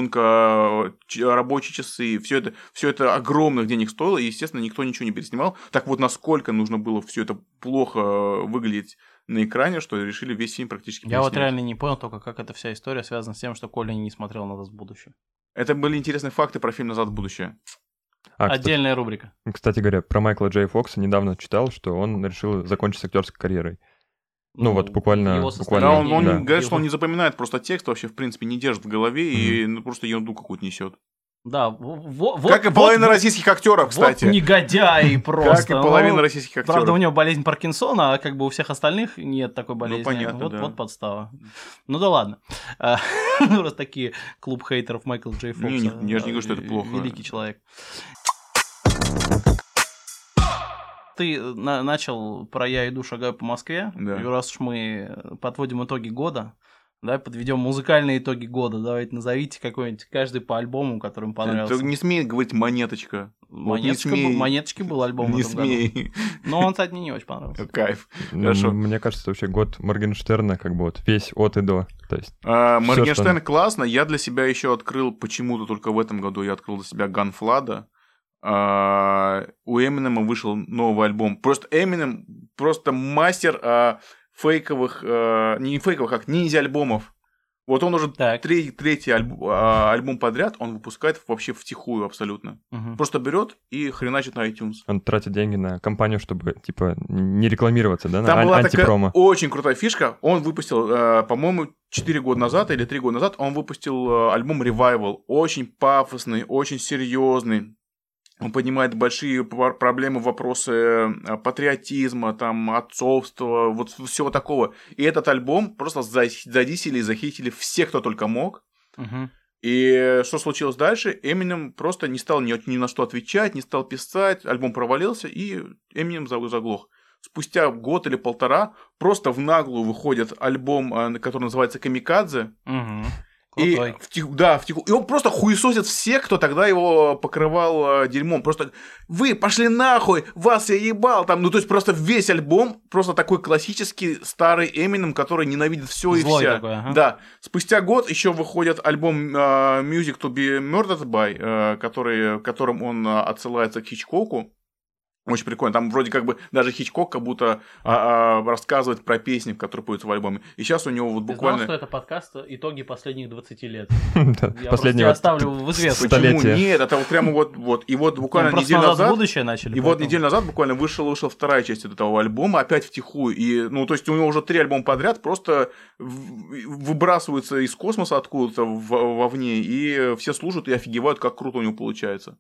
пленка, ч- рабочие часы, все это, все это огромных денег стоило, и, естественно, никто ничего не переснимал. Так вот, насколько нужно было все это плохо выглядеть на экране, что решили весь фильм практически Я вот переснять. реально не понял только, как эта вся история связана с тем, что Коля не смотрел «Назад в будущее». Это были интересные факты про фильм «Назад в будущее». А, кстати, Отдельная рубрика. кстати говоря, про Майкла Джей Фокса недавно читал, что он решил закончить с актерской карьерой. Ну, вот буквально- его буквально- Да, состояние, он, он да. говорит, что его- он не запоминает просто текст, вообще, в принципе, не держит в голове и ну, просто ерунду какую-то несет. Да, во- во- вот, Как и вот- половина вот- российских актеров, кстати. Вот негодяй просто. Как и половина Ну, российских актеров. Правда, у него болезнь Паркинсона, а как бы у всех остальных нет такой болезни. понятно, вот, да. вот подстава. Ну да ладно. А, Просто такие клуб хейтеров Майкла Джей Фокса. Не, не, я же не говорю, что это плохо. Великий человек. Ты на- начал про «Я иду, шагаю по Москве». Да. И раз уж мы подводим итоги года, давай подведем музыкальные итоги года. Давайте назовите какой-нибудь, каждый по альбому, который им понравился. Ты не смей говорить «Монеточка». Вот не Монеточка, смей. был, Монеточки был альбом в Не этом году. смей. Но он, кстати, мне не очень понравился. Кайф. Ну, Хорошо. Мне кажется, это вообще год Моргенштерна, как бы вот весь от и до. То есть, А, Всё, Моргенштерн что- классно. Я для себя еще открыл, почему-то только в этом году я открыл для себя Ганфлада. А, у Эминема вышел новый альбом. Просто Эминем просто мастер а, фейковых, а, не фейковых, как ниндзя-альбомов. Вот он уже Так. третий, третий альбом, а, альбом подряд он выпускает вообще втихую абсолютно. Мгм. Просто берет и хреначит на iTunes. он тратит деньги на компанию, чтобы, типа, не рекламироваться, да, на Там ан- была антипромо. такая очень крутая фишка. Он выпустил, э, по-моему, четыре года назад или три года назад, он выпустил э, альбом Revival. Очень пафосный, очень серьезный. Он поднимает большие пр- проблемы, вопросы э, патриотизма, там, отцовства, вот всего такого. И этот альбом просто за- задисили и захитили все, кто только мог. Мгм. И что случилось дальше? Эминем просто не стал ни, ни на что отвечать, не стал писать, альбом провалился, и Эминем заглох. Спустя год или полтора просто в наглую выходит альбом, э, который называется «Камикадзе». Мгм. И, Крутой. втих- да, втиху- и он просто хуесосит всех, кто тогда его покрывал э, дерьмом. Просто вы пошли нахуй, вас я ебал. Там, ну, то есть просто весь альбом, просто такой классический старый Эминем, который ненавидит все и Злой вся. такой, ага. Да. Спустя год еще выходит альбом э, Music to be Murdered by, э, который, которым он э, отсылается к Хичкоку. Очень прикольно. Там вроде как бы даже Хичкок как будто а, а, рассказывает про песни, которые поются в альбоме. И сейчас у него вот Ты буквально... знал, что это подкаст итоги последних двадцати лет? Да, Я просто последнего тебя оставлю в известность. Почему столетия. нет? Это вот прямо вот, вот. И вот буквально Просто неделю «Назад в назад... будущее» начали. И вот поэтому. неделю назад буквально вышел, вышла вторая часть этого альбома, опять втихую. И, ну, то есть у него уже три альбома подряд просто в- выбрасываются из космоса откуда-то в- вовне, и все слушают и офигевают, как круто у него получается.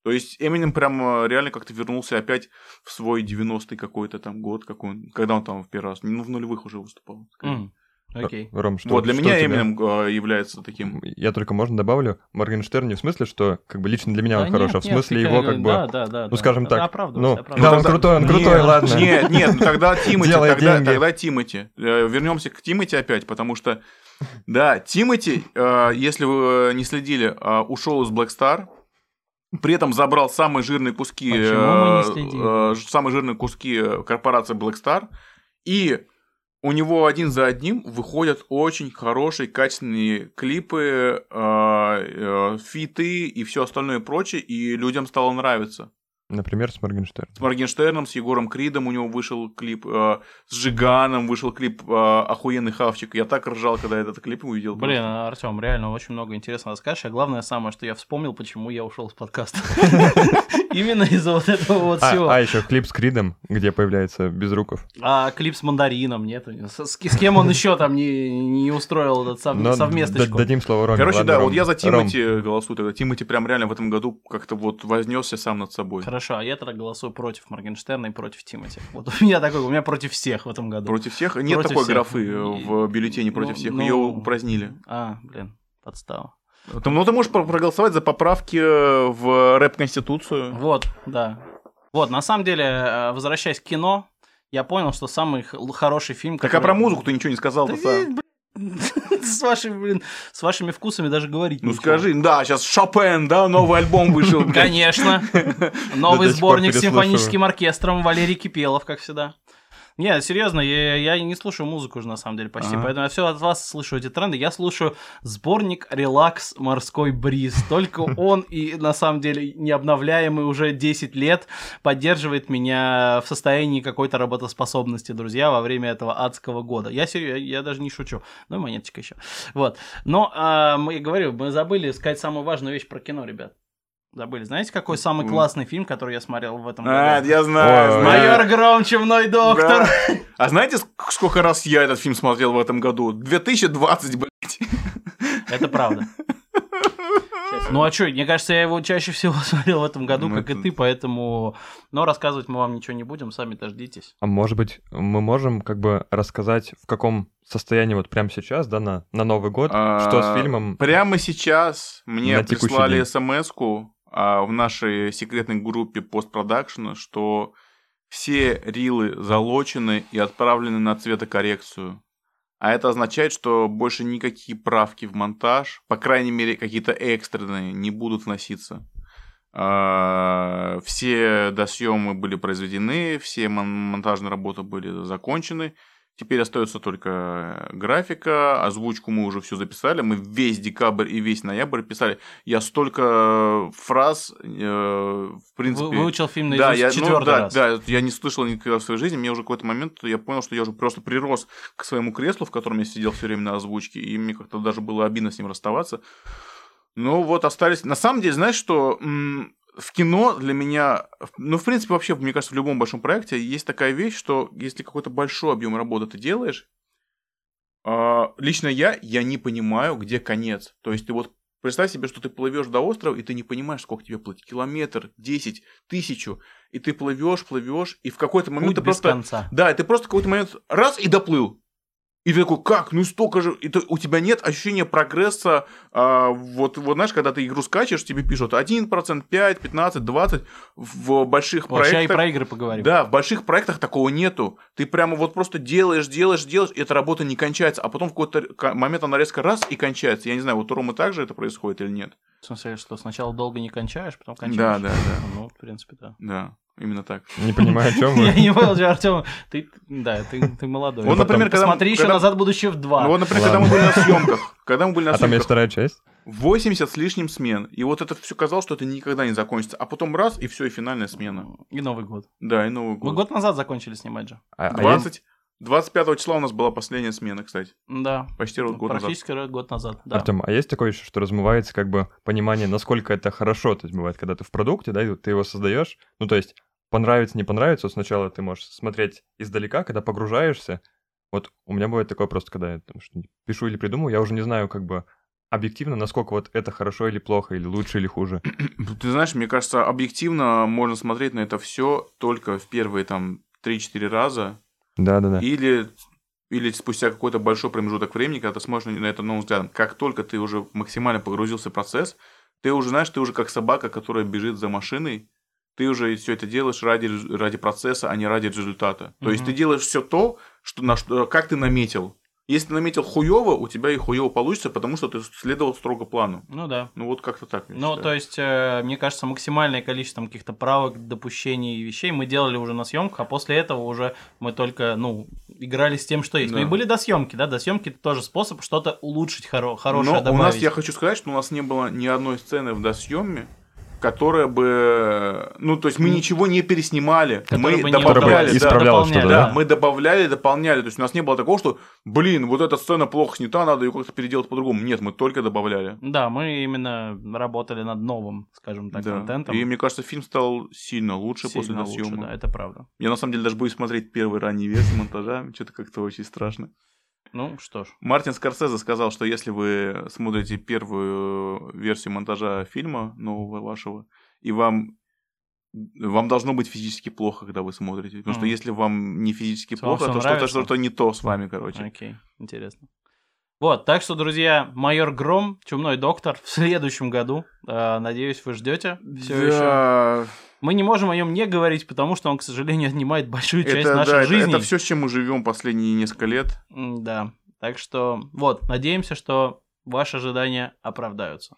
То есть Эминем прям реально как-то вернулся опять в свой девяностый какой-то там год, какой он, когда он там в первый раз, ну, в нулевых уже выступал. Mm. Окей. Ром, что, вот, для что меня тебя... Эминем является таким... Я только, можно, добавлю, Моргенштерн не в смысле, что как бы лично для меня да он хорош, а в смысле его как бы... Да, да, да. Ну, скажем да, так, да, ну, оправдывайся, да, он тогда... крутой, он крутой, нет, ладно. Нет, нет, ну тогда Тимати, тогда, деньги. тогда Тимати. Вернемся к Тимати опять, потому что, да, Тимати, если вы не следили, ушел из Black Star, при этом забрал самые жирные куски, э, самые жирные куски корпорации Black Star, и у него один за одним выходят очень хорошие, качественные клипы, э, э, фиты и все остальное прочее, и людям стало нравиться. Например, с Моргенштерном. С Моргенштерном, с Егором Кридом у него вышел клип, э, с Жиганом вышел клип э, «Охуенный хавчик». Я так ржал, когда этот клип увидел. Блин, просто. Артём, реально очень много интересного расскажешь. А главное самое, что я вспомнил, почему я ушел с подкаста. Именно из-за вот этого вот всего. А еще клип с Кридом, где появляется Безруков. А клип с Мандарином нет. С кем он еще там не устроил этот совместочку? Дадим слово Роме. Короче, да, вот я за Тимати голосую тогда. Тимати прям реально в этом году как-то вот вознесся сам над собой. Хорошо, а я тогда голосую против Моргенштерна и против Тимати. Вот у меня такой, у меня против всех в этом году. Против всех? Нет против такой всех. графы в бюллетене против ну, всех, ну... ее упразднили. А, блин, подстава. Ну, ты можешь проголосовать за поправки в рэп-конституцию. Вот, да. Вот, на самом деле, возвращаясь к кино, я понял, что самый хороший фильм... Так, который... а про музыку ты ничего не сказал? Да, с вашими, блин, с вашими вкусами даже говорить Ну скажи, да, сейчас Шопен, да, новый альбом вышел. Конечно. Новый сборник с симфоническим оркестром, Валерий Кипелов, как всегда. Нет, серьезно, я, я не слушаю музыку уже на самом деле почти, ага. Поэтому я все от вас слышу эти тренды. Я слушаю сборник «Релакс. Морской бриз». Только он и на самом деле необновляемый уже десять лет поддерживает меня в состоянии какой-то работоспособности, друзья, во время этого адского года. Я серьезно, я даже не шучу. Ну и монеточка еще. Вот. Но а, мы, говорю, мы забыли сказать самую важную вещь про кино, ребят. Забыли. Знаете, какой самый классный фильм, который я смотрел в этом году? А, я знаю. «Майор Гром, Чумной доктор». Да. А знаете, сколько раз я этот фильм смотрел в этом году? две тысячи двадцать, блядь. Это правда. Ну а что, мне кажется, я его чаще всего смотрел в этом году, ну, как это... и ты, поэтому... Но рассказывать мы вам ничего не будем, сами дождитесь. А может быть, мы можем как бы рассказать, в каком состоянии вот прямо сейчас, да, на, на Новый год, а, что с фильмом... Прямо сейчас мне прислали смс-ку в нашей секретной группе постпродакшена, что все рилы залочены и отправлены на цветокоррекцию. А это означает, что больше никакие правки в монтаж, по крайней мере, какие-то экстренные, не будут вноситься. Все досъемы были произведены, все монтажные работы были закончены. Теперь остается только графика, озвучку мы уже все записали, мы весь декабрь и весь ноябрь писали. Я столько фраз, э, в принципе... Вы, выучил фильм наизусть да, я, четвертый ну, да, раз. Да, я не слышал никогда в своей жизни, мне уже в какой-то момент, я понял, что я уже просто прирос к своему креслу, в котором я сидел все время на озвучке, и мне как-то даже было обидно с ним расставаться. Ну вот, остались... На самом деле, знаешь, что... М- В кино для меня, ну, в принципе, вообще, мне кажется, в любом большом проекте есть такая вещь, что если какой-то большой объем работы ты делаешь, э, лично я, я не понимаю, где конец. То есть ты вот представь себе, что ты плывешь до острова, и ты не понимаешь, сколько тебе плыть. Километр, десять, тысячу. И ты плывешь, плывешь, и в какой-то момент Путь ты без просто... конца. Да, и ты просто в какой-то момент раз и доплыл. И ты такой, как? Ну столько же... И ты, у тебя нет ощущения прогресса. А, вот, вот знаешь, когда ты игру скачешь, тебе пишут один процент, пять, пятнадцать, двадцать. В больших вот, проектах... проектах... Сейчас и про игры поговорим. Да, в больших проектах такого нету. Ты прямо вот просто делаешь, делаешь, делаешь, и эта работа не кончается. А потом в какой-то момент она резко раз и кончается. Я не знаю, вот у Ромы так же это происходит или нет. В смысле, что сначала долго не кончаешь, потом кончаешь? Да, да, да. Ну, в принципе, да. Да. Именно так. Не понимаю, о чем вы. Я не понял, Артём, ты, да, ты, ты молодой. Вот, например, когда посмотри еще когда... «Назад в будущее» в два. Ну, вот, например, когда мы были на съемках. Когда мы были на съемках. А там есть вторая часть? восемьдесят с лишним смен. И вот это все казалось, что это никогда не закончится. А потом раз, и все, и финальная смена. И Новый год. Да, и Новый год. Мы год назад закончили снимать же. А, двадцать, двадцать пятого числа у нас была последняя смена, кстати. Да. Почти год назад. Практически год назад, да. Артём, а есть такое еще, что размывается как бы понимание, насколько это хорошо? То есть бывает, когда ты в продукте, да, и ты его создаешь, ну то есть понравится, не понравится, сначала ты можешь смотреть издалека, когда погружаешься. Вот у меня бывает такое просто, когда я там что-нибудь пишу или придумываю, я уже не знаю как бы, объективно, насколько вот это хорошо или плохо, или лучше, или хуже? Ты знаешь, мне кажется, объективно можно смотреть на это все только в первые там три-четыре раза. Да-да-да. Или, или спустя какой-то большой промежуток времени, когда ты смотришь на это новым взглядом. Как только ты уже максимально погрузился в процесс, ты уже, знаешь, ты уже как собака, которая бежит за машиной, ты уже все это делаешь ради, ради процесса, а не ради результата. Mm-hmm. То есть ты делаешь все то, что, на, что, как ты наметил. Если ты наметил хуёво, у тебя и хуёво получится, потому что ты следовал строго плану. Ну да. Ну вот как-то так. Ну, считаю. То есть, э, мне кажется, максимальное количество каких-то правок, допущений и вещей мы делали уже на съемках, а после этого уже мы только, ну, играли с тем, что есть. Да. Ну и были досъемки, да, досъемки это тоже способ что-то улучшить, хоро- хорошее Но добавить. у нас, я хочу сказать, что у нас не было ни одной сцены в досъеме, которая бы... Ну, то есть, мы ничего не переснимали. Которая мы бы добавляли. Не исправляла что-то, да? да? Мы добавляли, дополняли. То есть, у нас не было такого, что, блин, вот эта сцена плохо снята, надо ее как-то переделать по-другому. Нет, мы только добавляли. Да, мы именно работали над новым, скажем так, да. контентом. И мне кажется, фильм стал сильно лучше сильно после досъема. Лучше, да, это правда. Я, на самом деле, даже боюсь смотреть первые ранние версии монтажа. Что-то как-то очень страшно. Ну, что ж. Мартин Скорсезе сказал, что если вы смотрите первую версию монтажа фильма нового вашего, и вам, вам должно быть физически плохо, когда вы смотрите. Потому mm. что если вам не физически что плохо, то что-то, что-то не то с вами, короче. Окей, okay. Интересно. Вот, так что, друзья, «Майор Гром», «Чумной доктор» в следующем году. Э, надеюсь, вы ждете все да. еще. Мы не можем о нем не говорить, потому что он, к сожалению, отнимает большую часть это, нашей да, жизни. Это, это все, с чем мы живем последние несколько лет. Да. Так что, вот, надеемся, что ваши ожидания оправдаются.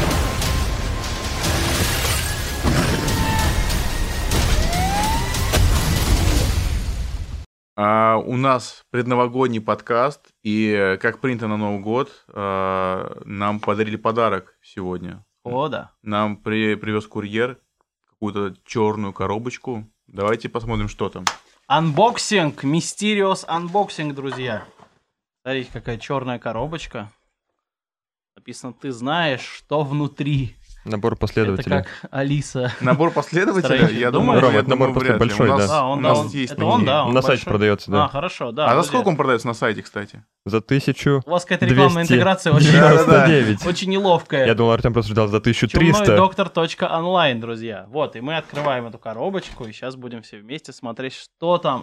Uh, у нас предновогодний подкаст, и как принято на Новый год, uh, нам подарили подарок сегодня. О, да. Нам при, привез курьер какую-то черную коробочку. Давайте посмотрим, что там. Анбоксинг, Mysterious Unboxing, друзья. Смотрите, какая черная коробочка. Написано, ты знаешь, что внутри. Набор последователей. Это как Алиса. Набор последователей? Я думаю, Рома, это набор последователей большой, да. А, он, у да, нас он, есть это он, да, он на большой. сайте продается, да. А, хорошо, да. А друзья. за сколько он продается на сайте, кстати? За тысячу. У вас какая-то рекламная интеграция очень, очень неловкая. Я думал, Артем просто ждал за тысячу триста. чумной доктор точка онлайн, друзья. Вот, и мы открываем эту коробочку, и сейчас будем все вместе смотреть, что там.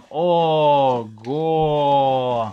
Ого!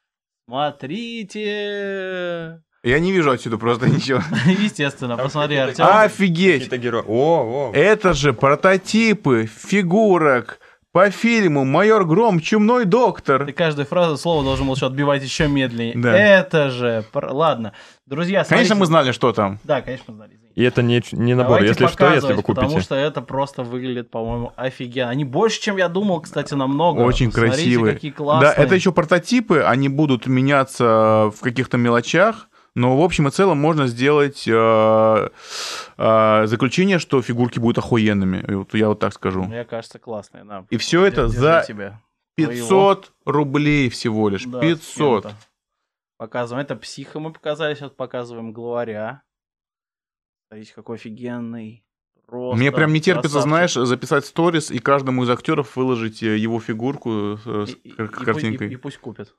Смотрите! Я не вижу отсюда просто ничего. Естественно, посмотри, Артем. Офигеть! О, о. Это же прототипы фигурок по фильму «Майор Гром. Чумной доктор». Ты каждую фразу, слово должен был еще отбивать еще медленнее. Да. Это же... Ладно. Друзья, смотрите. Конечно, мы знали, что там. Да, конечно, мы знали. Извините. И это не, не набор, Давайте если что, если вы купите. Потому что это просто выглядит, по-моему, офигенно. Они больше, чем я думал, кстати, намного. Очень Посмотрите, красивые. Какие классные. Да, это еще прототипы, они будут меняться в каких-то мелочах. Но в общем и целом можно сделать э, э, заключение, что фигурки будут охуенными. Вот я вот так скажу. Мне кажется, классные, да. И все это Держи за тебя. пятьсот рублей всего лишь. Да, пятьсот. Показываем. Это психа мы показали. Сейчас показываем главаря. Смотрите, какой офигенный. Просто Мне прям не терпится, красавчик. знаешь, записать сторис и каждому из актеров выложить его фигурку с И, и, картинкой. И, и, и пусть купят.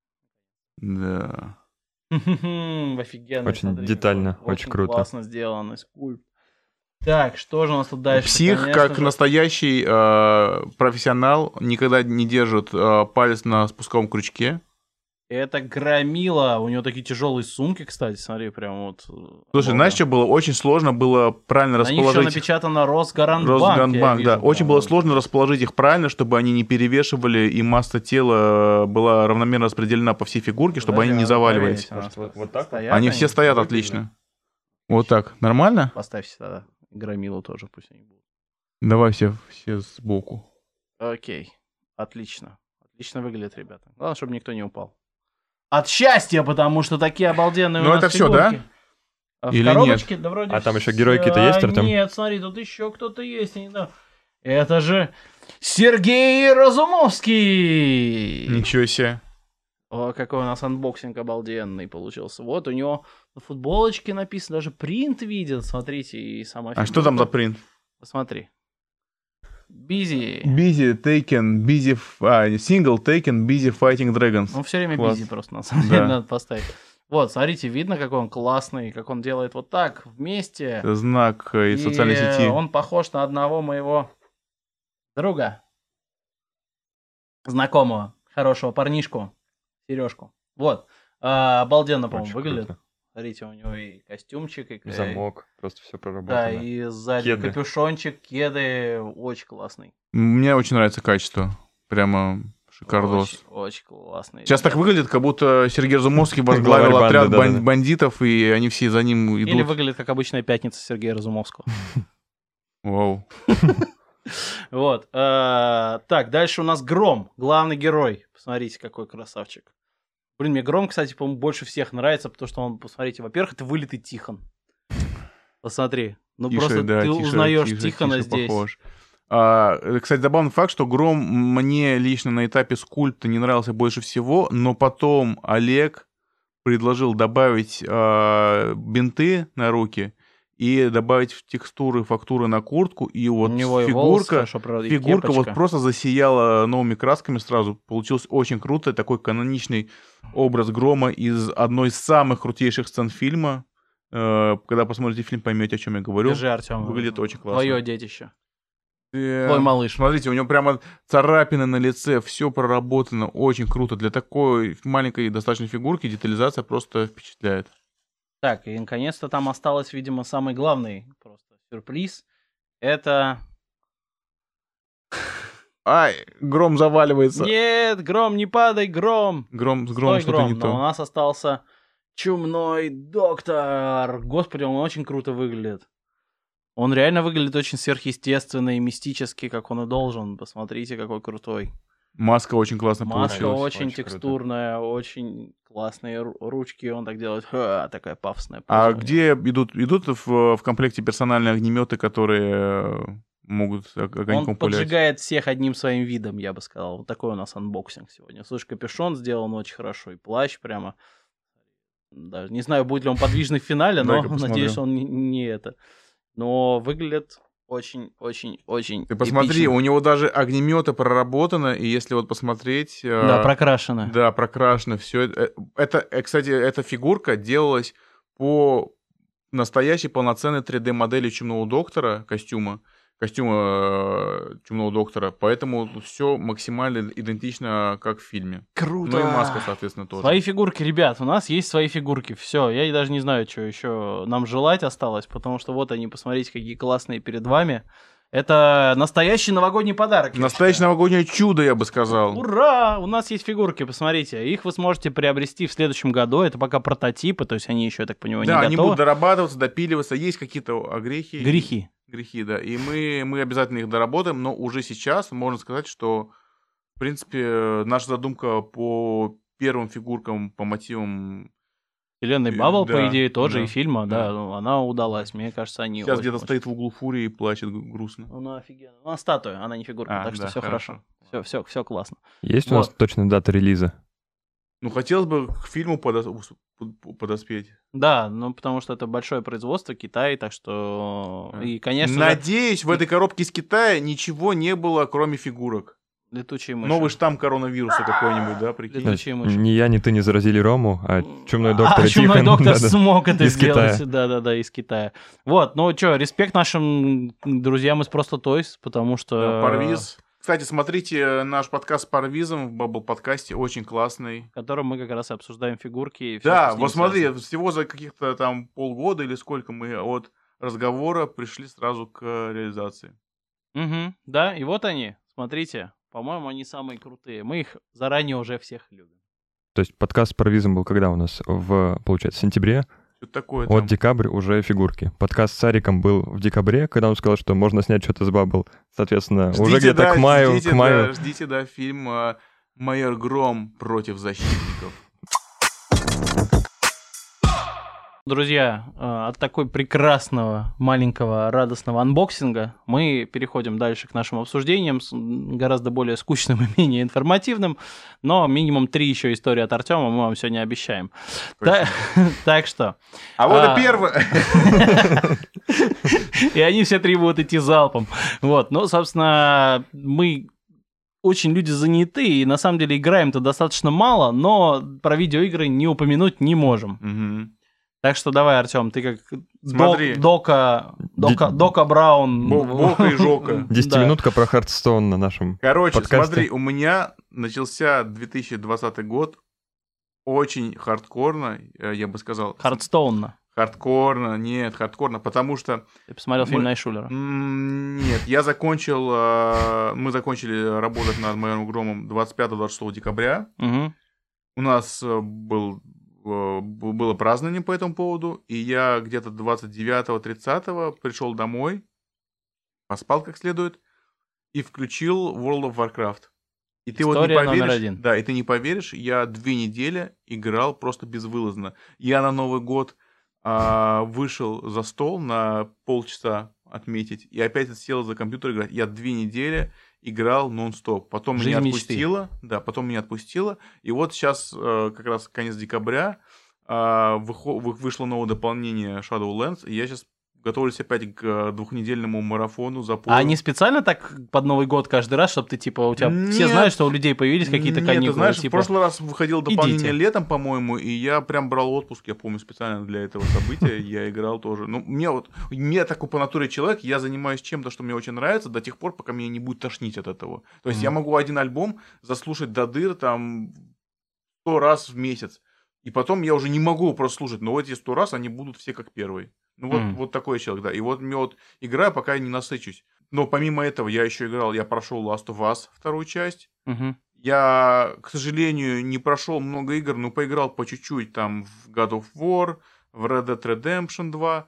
Да. Офигенно. Очень смотри, детально, какой. очень круто. Классно сделано, скульпт. Так, что же у нас тут дальше? Псих, Конечно как же... настоящий э, профессионал, никогда не держит э, палец на спусковом крючке. Это Громила. У него такие тяжелые сумки, кстати, смотри, прям вот. Слушай, знаешь, что было? Очень сложно было правильно На них еще расположить... напечатано Росгаранбанк. Росгаранбанк, да. вижу, Очень прям. было сложно расположить их правильно, чтобы они не перевешивали, и масса тела была равномерно распределена по всей фигурке, чтобы Подожди, они не надо заваливались. проверить, Вот- вот так? стоят Они все стоят отлично. Вот так. Нормально? Поставьте тогда. Громилу тоже пусть они будут. Давай все, все сбоку. Окей. Отлично. Отлично выглядит, ребята. Главное, чтобы никто не упал. От счастья, потому что такие обалденные Ну, у нас это всё, фигурки. да? А в Или коробочке, да вроде А там еще всё. герои какие-то есть, А, Артем? Нет, смотри, тут еще кто-то есть. Я не знаю. Это же Сергей Разумовский. Ничего себе. О, какой у нас анбоксинг обалденный получился. Вот у него на футболочке написано, даже принт виден. Смотрите, и сама А что там за принт? Посмотри. Busy. Busy taken, busy... А, single taken, busy fighting dragons. Ну, все время Класс. busy просто, на самом Да. деле, надо поставить. Вот, смотрите, видно, какой он классный, как он делает вот так, вместе. Знак из социальной сети. Он похож на одного моего друга, знакомого, хорошего парнишку, Сережку. Вот, а, обалденно, по-моему, Очень выглядит. круто. Смотрите, у него и костюмчик, и... Замок, просто все Да, проработано. и сзади Кеды. капюшончик, кеды, очень классный. Мне очень нравится качество. Прямо шикардос. Очень, очень классный. Сейчас так ребята. выглядит, как будто Сергей Разумовский возглавил Главарь банды, отряд бан- да-да-да. бандитов, и они все за ним идут. Или выглядит как обычная пятница Сергея Разумовского. Вау. Вот. э, Так, дальше у нас Гром, главный герой. Посмотрите, какой красавчик. Блин, мне Гром, кстати, по-моему, больше всех нравится, потому что он, посмотрите, во-первых, это вылитый Тихон. Посмотри. Ну, Тише, просто да, ты Тише, узнаешь Тише, Тихона Тише здесь. похож. А, кстати, забавный факт, что Гром мне лично на этапе скульпта не нравился больше всего, но потом Олег предложил добавить а, бинты на руки и добавить текстуры, фактуры на куртку, и вот У него и волосы фигурка, хорошо, правда, и фигурка вот кепочка. просто засияла новыми красками сразу. Получился очень круто, такой каноничный образ Грома из одной из самых крутейших сцен фильма. Э, Когда посмотрите фильм, поймете, о чем я говорю. Держи, Артем. Выглядит очень классно. Твое детище. Э, Твой малыш. Смотрите, у него прямо царапины на лице, все проработано, очень круто. Для такой маленькой достаточно фигурки детализация просто впечатляет. Так, и наконец-то там осталось, видимо, самый главный просто сюрприз. Это... Ай, Гром заваливается. Нет, Гром, не падай, Гром! Гром, с Громом Стой, что-то Гром, не но то. у нас остался Чумной доктор. Господи, он очень круто выглядит. Он реально выглядит очень сверхъестественно и мистически, как он и должен. Посмотрите, какой крутой. Маска очень классно Маска получилась. очень, очень круто. текстурная, очень классные ру- ручки. Он так делает. Ха, такая пафосная. А поза у где идут, идут в, в комплекте персональные огнеметы, которые э, могут о- него. огоньком Он пулять? поджигает всех одним своим видом, я бы сказал. Вот такой у нас анбоксинг сегодня. Слушай, капюшон сделан очень хорошо. И плащ прямо. Даже не знаю, будет ли он подвижный в финале, но Дай-ка посмотрю. надеюсь, он не, не это. Но выглядит очень-очень-очень Ты посмотри, эпично. у него даже огнеметы проработано, и если вот посмотреть... э, Да, прокрашено. Да, прокрашено все. Это, это, э, кстати, эта фигурка делалась по настоящей полноценной три дэ-модели Чумного доктора, костюма, костюма э, Чумного доктора, поэтому все максимально идентично, как в фильме. Круто! Ну и маска, соответственно, тоже. Свои фигурки, ребят, у нас есть свои фигурки. Все, я даже не знаю, что еще нам желать осталось, потому что вот они, посмотрите, какие классные перед вами. Это настоящий новогодний подарок. я Настоящее считаю. новогоднее чудо, я бы сказал. Ура! У нас есть фигурки, посмотрите. Их вы сможете приобрести в следующем году. Это пока прототипы, то есть они еще, я так понимаю, Да, не они готовы. будут дорабатываться, допиливаться. Есть какие-то огрехи. Грехи. Грехи, да. И мы, мы обязательно их доработаем, но уже сейчас можно сказать, что, в принципе, наша задумка по первым фигуркам, по мотивам... Вселенной И- Баббл, да, по идее, тоже да, и фильма, да, да. ну, она удалась. Мне кажется, они Сейчас очень- где-то очень- стоит в углу Фурии и плачет г- грустно. Ну, офигенно. Ну, она статуя, она не фигурка, А, так что да, все хорошо. хорошо. Все, все, все классно. Есть у нас Вот. точная дата релиза? Ну, хотелось бы к фильму подос- под- подоспеть. Да, ну потому что это большое производство, Китай, так что... Да. И, конечно же, Надеюсь, в этой коробке из Китая ничего не было, кроме фигурок. летучие мыши. Новый штамм коронавируса какой-нибудь, да, прикинь? Летучие Летучие мыши. Ни я, ни ты не заразили Рому, а чумной доктор А, и чумной Тихон, доктор да-да. смог это Из сделать. Китая. Да-да-да, из Китая. Вот, ну что, респект нашим друзьям из Просто Тойс, потому что... Да, Парвиз. Кстати, смотрите наш подкаст с Парвизом в Бабл подкасте, очень классный. В котором мы как раз и обсуждаем фигурки. И всё, Да, что с ними вот смотри, связано. всего за каких-то там полгода или сколько мы от разговора пришли сразу к реализации. Мгм, да, и вот они, смотрите. По-моему, они самые крутые. Мы их заранее уже всех любим. То есть подкаст с Парвизом был когда у нас? В, получается, сентябре. Что такое Вот там? декабрь уже фигурки. Подкаст с Сариком был в декабре, когда он сказал, что можно снять что-то с Баббл. Соответственно, уже Ждите, где-то да, к маю, ждите, к маю. да, ждите, да, фильм э, «Майор Гром против защитников». Друзья, э, от такой прекрасного, маленького, радостного анбоксинга мы переходим дальше к нашим обсуждениям, с- м, гораздо более скучным и менее информативным, но минимум три еще истории от Артема мы вам сегодня обещаем. Та- Так что... А вот А. и первое. И они все три будут идти залпом. Вот, ну, собственно, мы очень люди заняты, и на самом деле играем-то достаточно мало, но про видеоигры не упомянуть не можем. Угу. Так что давай, Артем, ты как Смотри. Док, Дока, Дока, Дока Браун. Бо- Бока и Жока. Десятиминутка про Хардстоун на нашем Короче, подкасте. смотри, у меня начался две тысячи двадцатый год очень хардкорно, э, я бы сказал. Хардстоунно. Хардкорно, нет, хардкорно, потому что... Ты посмотрел фильм Мы- Найшулера? м, Нет, я закончил, э, мы закончили работать над моим громом двадцать пятого двадцать шестого декабря. Угу. У нас э, был, э, б- было празднование по этому поводу, и я где-то двадцать девятого тридцатого пришел домой, поспал как следует, и включил World of Warcraft. И ты вот не История номер поверишь, один. да, и ты не поверишь, я две недели играл просто безвылазно. Я на Новый год а, вышел за стол на полчаса отметить, и опять сел за компьютер играть. Я две недели играл нон-стоп. Потом Жизнь меня мечты. отпустило, да, потом меня отпустило. И вот сейчас э, как раз конец декабря а, выхо- вы- вышло новое дополнение Shadowlands, и я сейчас готовлюсь опять к э, двухнедельному марафону запора. А они специально так под Новый год каждый раз, чтобы ты, типа, у тебя все Нет. знают, что у людей появились какие-то Нет, каникулы? ты знаешь, типа, в прошлый раз выходило дополнение идите. летом, по-моему, и я прям брал отпуск, я помню, специально для этого события, я играл тоже. Ну, мне вот, мне такой по натуре человек, я занимаюсь чем-то, что мне очень нравится, до тех пор, пока меня не будет тошнить от этого. То есть Мгм. я могу один альбом заслушать до дыр, там, сто раз в месяц, и потом я уже не могу его просто слушать, но эти сто раз они будут все как первый. Ну, вот, Мгм. вот такой человек, да. И вот мне вот играю, пока я не насычусь. Но помимо этого я еще играл, я прошел Last of Us вторую часть. Мгм. Я, к сожалению, не прошел много игр, но поиграл по чуть-чуть там в God of War, в Red Dead Redemption два.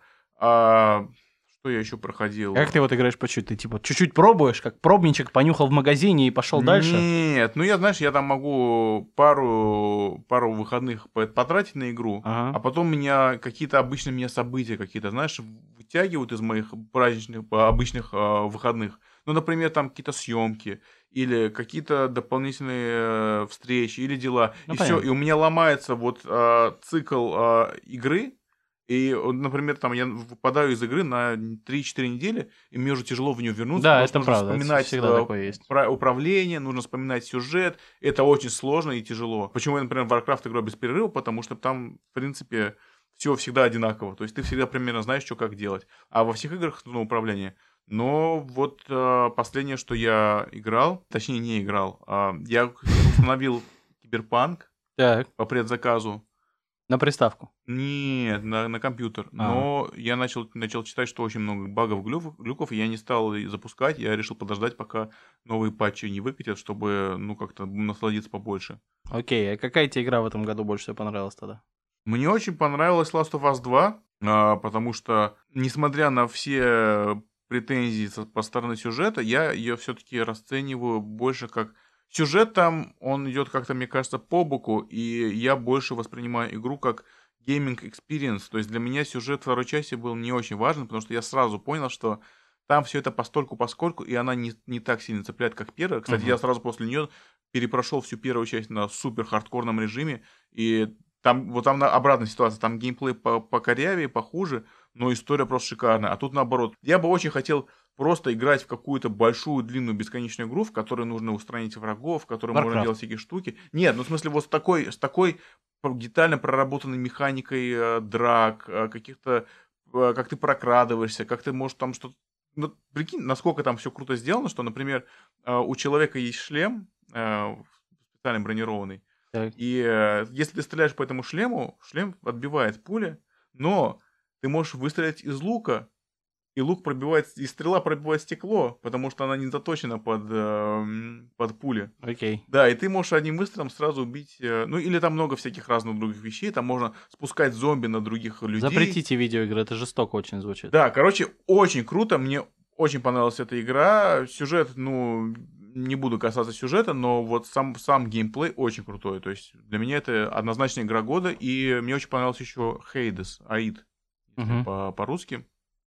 А, что я еще проходил? Как ты вот играешь по чуть? Ты, типа, чуть-чуть пробуешь, как пробничек, понюхал в магазине и пошел дальше? Нет, ну я, знаешь, я там могу пару, пару выходных по- потратить на игру, а Ага. потом меня какие-то обычные меня события какие-то, знаешь, вытягивают из моих праздничных, а, обычных а, выходных. Ну, например, там какие-то съемки или какие-то дополнительные э, встречи или дела. Ну, и все, понятно. и у меня ломается вот а, цикл а, игры. И, вот, например, там я выпадаю из игры на три-четыре недели, и мне уже тяжело в нее вернуться. Да, потому это что нужно правда, это вспоминать всегда э, такое есть. про управление, нужно вспоминать сюжет. Это очень сложно и тяжело. Почему я, например, в Warcraft играю без перерыва? Потому что там, в принципе, все всегда одинаково. То есть ты всегда примерно знаешь, что как делать. А во всех играх нужно управление. Но вот э, последнее, что я играл, точнее не играл, а, я установил Киберпанк Так, по предзаказу. на приставку. Нет, на, на компьютер. А. Но я начал, начал читать, что очень много багов, глюков, глюков, и я не стал и запускать. Я решил подождать, пока новые патчи не выкатят, чтобы, ну, как-то насладиться побольше. Окей, а какая тебе игра в этом году больше всего понравилась тогда? Мне очень понравилась Last of Us два, а, потому что, несмотря на все претензии со- по стороне сюжета, я ее все-таки расцениваю больше как... Сюжет там, он идет как-то, мне кажется, по боку, и я больше воспринимаю игру как гейминг experience. То есть для меня сюжет второй части был не очень важен, потому что я сразу понял, что там все это постольку-поскольку, и она не, не так сильно цепляет, как первая. Кстати, Мгм. я сразу после нее перепрошел всю первую часть на супер хардкорном режиме, и там, вот там на- обратная ситуация, там геймплей по- покорявее, похуже, но история просто шикарная. А тут наоборот. Я бы очень хотел просто играть в какую-то большую, длинную, бесконечную игру, в которой нужно устранить врагов, в которой можно Warcraft. делать всякие штуки. Нет, ну в смысле вот с такой, с такой детально проработанной механикой э, драк, э, каких-то, э, как ты прокрадываешься, как ты можешь там что-то... Ну, прикинь, насколько там все круто сделано, что, например, э, у человека есть шлем, э, специально бронированный, Так. и э, если ты стреляешь по этому шлему, шлем отбивает пули, но ты можешь выстрелить из лука, и лук пробивает, и стрела пробивает стекло, потому что она не заточена под, э, м, под пули. Окей. Да, и ты можешь одним выстрелом сразу убить... э, ну, или там много всяких разных других вещей, там можно спускать зомби на других людей. Запретите видеоигры, это жестоко очень звучит. Да, короче, очень круто, мне очень понравилась эта игра. Сюжет, ну, не буду касаться сюжета, но вот сам, сам геймплей очень крутой. То есть для меня это однозначно игра года, и мне очень понравился еще Hades, Аид, если Мгм. по- по-русски.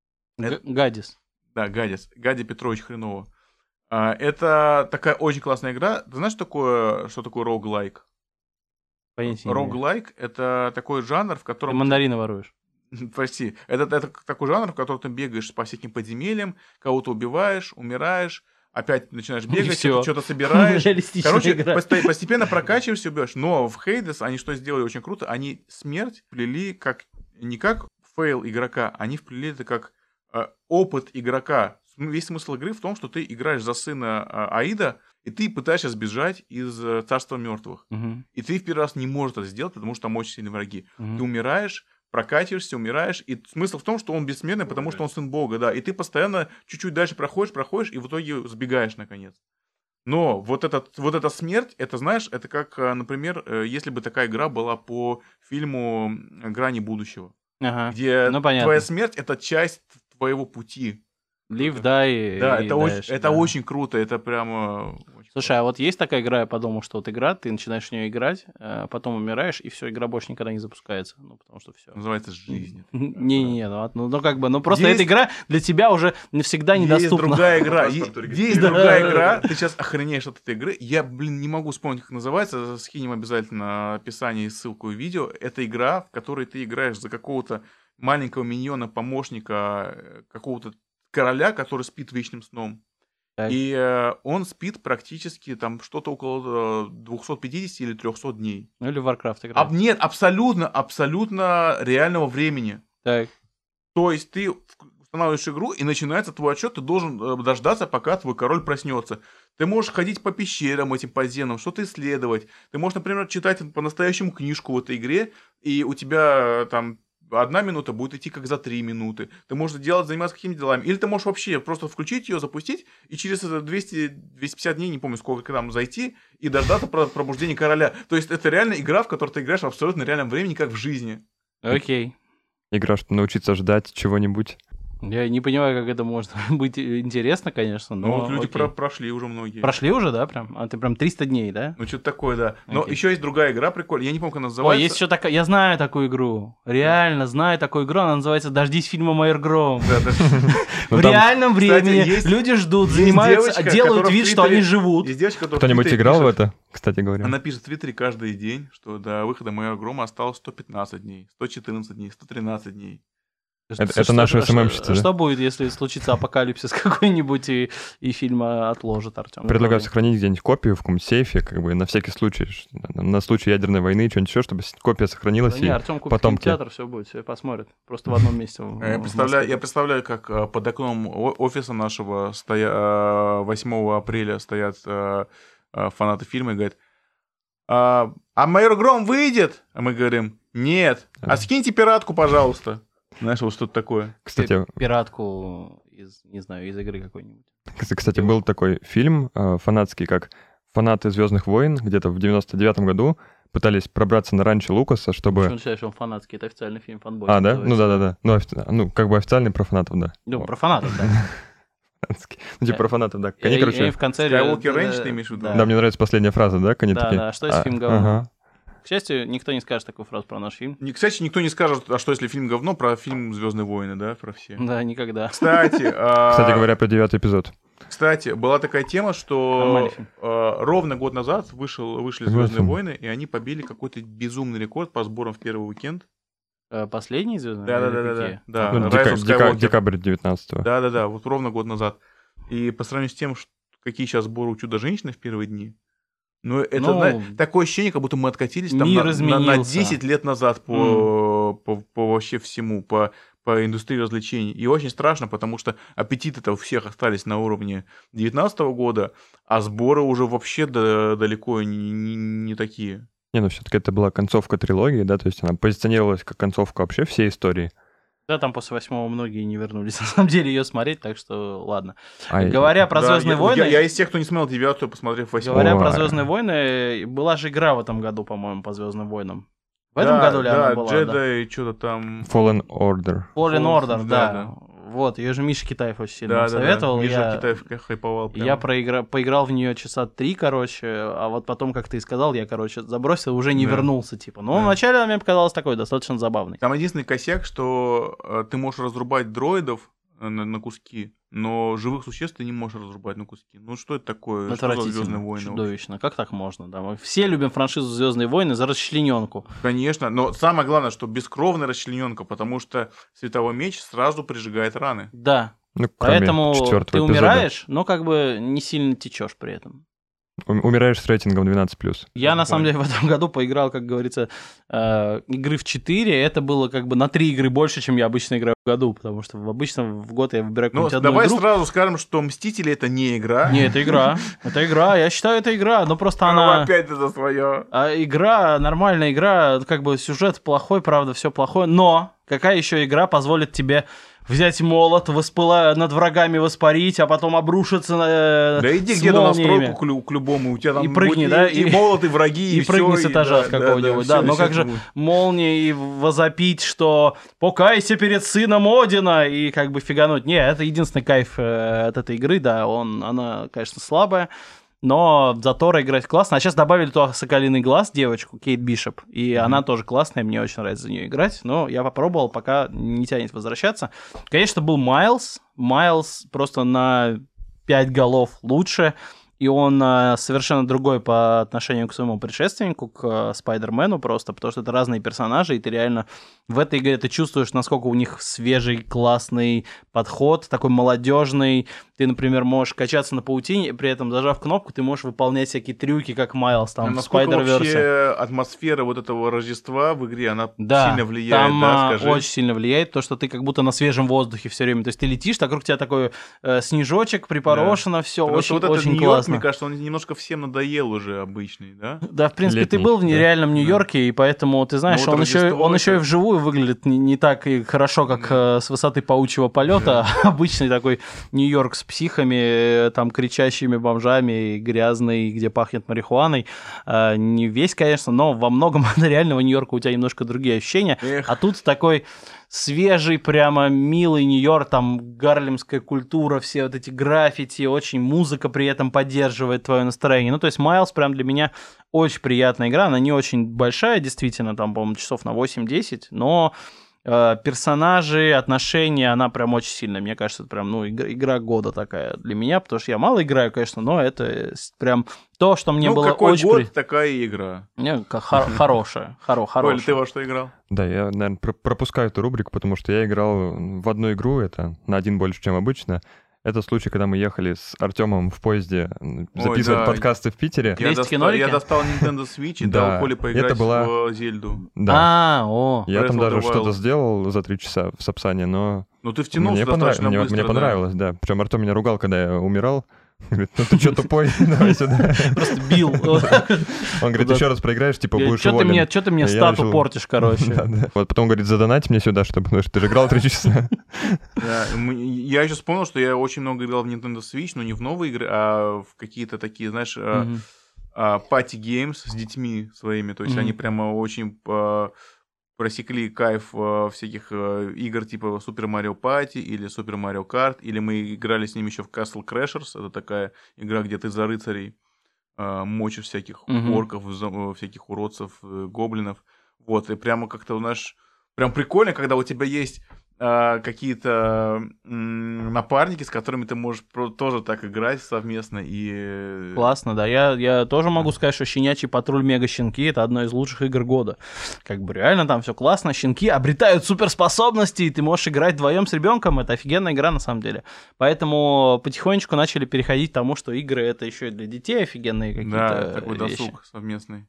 Г- Гадис. Да, Гадис, Гади Петрович Хренова. А, это такая очень классная игра. Ты знаешь, такое, что такое роуглайк? Понятия не имею. Роуглайк — это такой жанр, в Ты котором... мандарины воруешь. Прости. Это, это такой жанр, в котором ты бегаешь по всяким подземельям, кого-то убиваешь, умираешь, опять начинаешь И бегать, всё. что-то собираешь. Реалистичная Короче, игра. посто- постепенно прокачиваешься, убиваешь. Но в Hades они что сделали очень круто? Они смерть вплели как не как фейл игрока, они вплели это как э, опыт игрока. Ну, весь смысл игры в том, что ты играешь за сына э, Аида, и ты пытаешься сбежать из э, царства мертвых. Мгм. И ты в первый раз не можешь это сделать, потому что там очень сильные враги. Мгм. Ты умираешь, прокачиваешься, умираешь. И смысл в том, что он бессмертный, потому что он сын Бога, да. И ты постоянно чуть-чуть дальше проходишь, проходишь, и в итоге сбегаешь наконец. Но вот, этот, вот эта смерть, это, знаешь, это как, э, например, э, если бы такая игра была по фильму «Грани будущего», Ага. где Ну, понятно. твоя смерть — это часть твоего пути. Live, die Да, и это, очень, дальше, это да. очень круто, это прямо... очень Слушай, а вот есть такая игра, я подумал, что вот игра, ты начинаешь в нее играть, а потом умираешь, и все, игра больше никогда не запускается. Ну, потому что все. круто. Называется «Жизнь». Не-не-не, ну, от- ну, ну, как бы, ну просто Есть- эта игра для тебя уже навсегда недоступна. Есть другая игра. Вопрос, Е- который Есть Да, другая да, да, игра. Ты сейчас охренеешь от этой игры. Я, блин, не могу вспомнить, как называется. Скинем обязательно описание и ссылку в видео. Это игра, в которой ты играешь за какого-то маленького миньона, помощника, э, какого-то короля, который спит вечным сном. Так. И э, он спит практически там что-то около э, двести пятьдесят или триста дней. Ну или в Warcraft игра. Аб- нет, абсолютно, абсолютно реального времени. Так. То есть ты устанавливаешь игру, и начинается твой отчет, ты должен э, дождаться, пока твой король проснется. Ты можешь ходить по пещерам этим подземным, что-то исследовать. Ты можешь, например, читать по-настоящему книжку в этой игре, и у тебя э, там одна минута будет идти как за три минуты. Ты можешь делать, заниматься какими-то делами. Или ты можешь вообще просто включить ее, запустить, и через двести двести пятьдесят дней, не помню сколько там, зайти и дождаться про- пробуждения короля. То есть это реально игра, в которой ты играешь в абсолютно реальном времени, как в жизни. Окей. Игра, чтобы научиться ждать чего-нибудь. Я не понимаю, как это может быть интересно, конечно, но Ну, вот люди окей. про- прошли уже многие. Прошли уже, да, прям? А ты прям триста дней, да? Ну, что-то такое, да. Но Окей. еще есть другая игра прикольная. Я не помню, как она Ой, называется. есть еще такая, я знаю такую игру, реально знаю такую игру, она называется «Дождись фильма Майор Гром». Да, да. Ну, В там реальном кстати, времени есть- люди ждут, есть занимаются, девочка, делают которая в вид, что Твиттере- они живут. Есть девочка, которая в Кто-нибудь Твиттере играл в пишет- это, кстати говоря? Она пишет в Твиттере каждый день, что до выхода Майора Грома осталось сто пятнадцать дней, сто четырнадцать дней, сто тринадцать дней. Это- Что- это наши что- СММщицы, что- да? Что будет, если случится апокалипсис какой-нибудь и, и фильм а, отложит, Артем? Предлагаю сохранить где-нибудь копию в каком-нибудь сейфе, как бы на всякий случай, ш- на, на случай ядерной войны, что-нибудь еще, чтобы с- копия сохранилась. Не, и Артем купит потомки. кинотеатр, все будет, все посмотрит. Просто в одном месте. в- Я в представляю, Москве. я представляю, как э, под окном о- офиса нашего стоя... э, восьмого апреля стоят э, э, фанаты фильма и говорят: а, а Майор Гром выйдет? А мы говорим: нет. А скиньте пиратку, пожалуйста. Знаешь, вот что-то такое. Кстати, Пиратку из, не знаю, из игры какой-нибудь. кс- кстати, был такой фильм э, фанатский, как «Фанаты Звездных войн», где-то в девяносто девятом году пытались пробраться на ранчо Лукаса, чтобы... Почему ты считаешь, что он фанатский? Это официальный фильм «Фанбой». А, да? Ну называется. да-да-да. Ну, офи- ну, как бы официальный про фанатов, да. Ну, О, про фанатов, да. фанатский. Ну, типа про фанатов, да. И- Они, и- короче... и в конце... Skywalker э, Ranch ты имеешь в виду? Да, мне нравится последняя фраза, да? Они Да, такие... да, что если «А, фильм говно?» ага». К счастью, никто не скажет такую фразу про наш фильм. Не- Кстати, никто не скажет, а что если фильм говно, про фильм «Звездные войны», да, про все. Да, никогда. Кстати, а, Кстати говоря, про девятый эпизод. Кстати, была такая тема, что Нормальный фильм. э, ровно год назад вышел, вышли Согласен. «Звездные войны», и они побили какой-то безумный рекорд по сборам в первый уикенд. Э, Последний звездный? Да, да, Или да, да, какие? да. Ну, Rise дека- of дека- Skywalker. декабрь девятнадцатого. Да, да, да, вот ровно год назад. И по сравнению с тем, ш- какие сейчас сборы у Чудо-женщины в первые дни, ну, это, Ну, знаешь, такое ощущение, как будто мы откатились там мир на, на- на изменился. десять лет назад по, по, по вообще всему, по, по индустрии развлечений. И очень страшно, потому что аппетиты-то у всех остались на уровне девятнадцатого года, а сборы уже вообще да- далеко не, не- не такие. Не, ну все-таки это была концовка трилогии, да, то есть она позиционировалась как концовка вообще всей истории. Да, там после восьмого многие не вернулись, на самом деле, ее смотреть, так что ладно. А, Говоря про Да, «Звездные я, войны», Я, я из тех, кто не смотрел девятую, посмотрев восьмую. говоря Ой. про «Звездные войны», была же игра в этом году, по-моему, по «Звездным войнам». В этом Да, году ли да, она была? Да. Джедай, что-то там... Fallen Order. Fallen Fallen, Order, да, да. Вот, ее же Миша Китаев очень сильно Да, да, советовал. да. Миша я... Китаев хайповал. прям. Я проигра... поиграл в нее часа три, короче, а вот потом, как ты и сказал, я, короче, забросил, уже не Да. вернулся, типа. Но Да. вначале она мне показалась такой, достаточно забавной. Там единственный косяк, что э, ты можешь разрубать дроидов э, на, на куски, но живых существ ты не можешь разрубать на куски. Ну что это такое? Что за «Звездные Отвратительно, войны»? чудовищно. Как так можно? Да? Мы все любим франшизу «Звездные войны» за расчлененку. Конечно, но самое главное, что бескровная расчлененка, потому что световой меч сразу прижигает раны. Да, Ну, кроме Поэтому четвертого ты эпизода. умираешь, но как бы не сильно течешь при этом. Ум- Умираешь с рейтингом двенадцать плюс. Я, на самом Понял. деле, в этом году поиграл, как говорится, э, игры в четыре. Это было как бы на три игры больше, чем я обычно играю в году, потому что в обычно в год я выбираю Ну, какую-нибудь одну давай игру. сразу скажем, что «Мстители» — это не игра. Не, это игра. Это игра. Я считаю, это игра. Но просто Ну, она... опять это свое. А игра, нормальная игра, как бы сюжет плохой, правда, все плохое. Но какая еще игра позволит тебе взять молот, воспыла... над врагами воспарить, а потом обрушиться на... э, Да иди с где-то на молниями. стройку к, лю- к любому, у тебя там И прыгни, будет да, и, и- и молот, и враги, и, и прыгни всё, с этажа и с какого-нибудь, да, всё, но всё как это же будет. молнии и возопить, что покайся перед сыном Одина, и как бы фигануть. Не, это единственный кайф э, от этой игры, да, он, она, конечно, слабая, но за Тора играть классно. А сейчас добавили туда Соколиный глаз, девочку, Кейт Бишоп, и Мгм. она тоже классная, мне очень нравится за нее играть, но я попробовал, пока не тянет возвращаться. Конечно, был Майлз, Майлз просто на пять голов лучше, и он а, совершенно другой по отношению к своему предшественнику, к а, Спайдермену просто, потому что это разные персонажи, и ты реально в этой игре ты чувствуешь, насколько у них свежий, классный подход, такой молодежный. Ты, например, можешь качаться на паутине, при этом, зажав кнопку, ты можешь выполнять всякие трюки, как Майлз там Ну, в насколько Spider-Verse. вообще атмосфера вот этого Рождества в игре, она Да, сильно влияет, там да, а, скажи? очень сильно влияет то, что ты как будто на свежем воздухе все время. То есть ты летишь, вокруг тебя такой э, снежочек, припорошено, все Потому что очень, вот этот очень Нью-Йорк, классно. мне кажется, он немножко всем надоел уже обычный, да? Да, в принципе, ты Летний, был в да. нереальном Нью-Йорке, и поэтому, ты знаешь, Ну, вот он, еще, Рождество он еще и это- вживую выглядит не, не так и хорошо, как Да. э, с высоты паучьего полета. Обычный такой Нью-Йорк с психами, э, там, кричащими бомжами, и грязный, где пахнет марихуаной. Э, не весь, конечно, но во многом от реального Нью-Йорка у тебя немножко другие ощущения. Эх. А тут такой свежий, прямо милый Нью-Йорк, там гарлемская культура, все вот эти граффити, очень музыка при этом поддерживает твое настроение. Ну, то есть Майлз прям для меня очень приятная игра, она не очень большая, действительно, там, по-моему, часов на восемь-десять, но э, персонажи, отношения, она прям очень сильная. Мне кажется, это прям, ну, игра, игра года такая для меня, потому что я мало играю, конечно, но это прям то, что мне ну, было какой очень... год, при- такая и игра. Не, как хор- хорошая, хоро- Оль, хорошая. ты во что играл? Да, я, наверное, пропускаю эту рубрику, потому что я играл в одну игру, это на один больше, чем обычно. Это случай, когда мы ехали с Артемом в поезде м, Ой, записывать да. подкасты в Питере. Я, Крестики, доста- я нолики? достал Nintendo Switch и Да, дал Коле поиграть это была- в Зельду. Да. А, о. Я Breath там of даже the что-то Wild. сделал за три часа в Сапсане, но Ну, ты втянулся мне, понрав- достаточно мне, быстро, мне да. понравилось, да. Причем Артем меня ругал, когда я умирал. Говорит, ну ты что тупой, давай сюда. Просто бил. Он говорит, Куда- еще раз проиграешь, типа будешь Что ты уволен. мне, чё ты мне Я стату решил- портишь, короче? Да, да. Вот потом говорит, задонать мне сюда, чтобы, потому что ты же играл три часа. Да, м- я еще вспомнил, что я очень много играл в Nintendo Switch, но не в новые игры, а в какие-то такие, знаешь, а, Мгм. а, пати-геймс с детьми своими. То есть Мгм. они прямо очень а, просекли кайф а, всяких а, игр типа Super Mario Party или Super Mario Kart, или мы играли с ними еще в Castle Crashers. Это такая игра, где ты за рыцарей а, мочишь всяких Мгм. орков, зо- всяких уродцев, э, гоблинов. Вот, и прямо как-то, знаешь, прям прикольно, когда у тебя есть а, какие-то м, напарники, с которыми ты можешь про- тоже так играть совместно. И... э, Классно, да. Я, я тоже могу сказать, что «Щенячий патруль Мега-щенки» — это одно из лучших игр года. Как бы реально там все классно. Щенки обретают суперспособности, и ты можешь играть вдвоем с ребенком. Это офигенная игра на самом деле. Поэтому потихонечку начали переходить к тому, что игры — это еще и для детей офигенные какие-то Да, такой вещи. досуг совместный.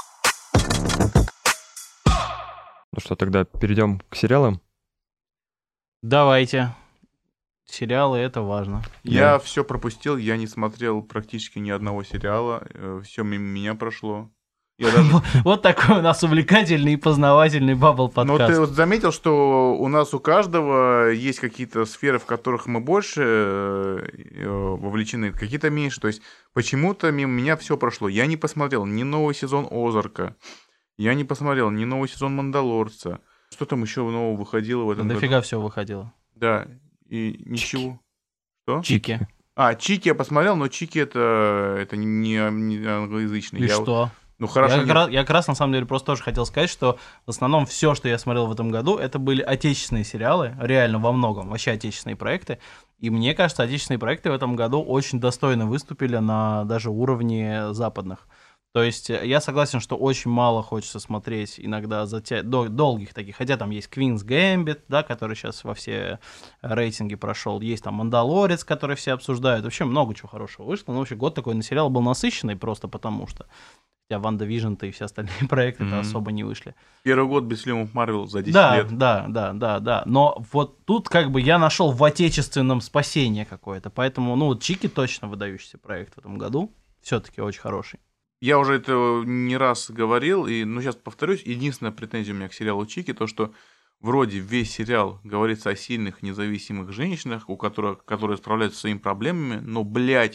Ну что, тогда перейдем к сериалам. Давайте. Сериалы — это важно. Я все пропустил, я не смотрел практически ни одного сериала, все мимо меня прошло. Я даже... Вот такой у нас увлекательный и познавательный бабл Но ты подкаст. вот заметил, что у нас у каждого есть какие-то сферы, в которых мы больше э, вовлечены, какие-то меньше. То есть почему-то мимо меня все прошло. Я не посмотрел ни новый сезон «Озарка», я не посмотрел ни новый сезон «Мандалорца». Что там еще нового выходило в этом году? Дофига все выходило. Да, и ничего. Что? Чики. А, Чики я посмотрел, но Чики это, это не, не англоязычный. И Я- что? Ну хорошо. Я нет. как, раз, я как раз на самом деле просто тоже хотел сказать, что в основном все, что я смотрел в этом году, это были отечественные сериалы, реально во многом, вообще отечественные проекты. И мне кажется, отечественные проекты в этом году очень достойно выступили на даже уровне западных. То есть я согласен, что очень мало хочется смотреть иногда затя... дол- долгих таких, хотя там есть Queen's Gambit, да, который сейчас во все рейтинги прошел, есть там Мандалорец, который все обсуждают, вообще много чего хорошего вышло, но вообще год такой на сериал был насыщенный просто потому что, хотя Ванда Вижн-то и все остальные проекты-то mm-hmm. особо не вышли. Первый год без фильмов Марвел за десять да, лет. Да, да, да, да, но вот тут как бы я нашел в отечественном спасение какое-то, поэтому, ну, вот Чики точно выдающийся проект в этом году, все-таки очень хороший. Я уже это не раз говорил, и, ну, сейчас повторюсь, единственная претензия у меня к сериалу Чики, то, что вроде весь сериал говорится о сильных, независимых женщинах, у которых, которые справляются со своими проблемами, но, блядь,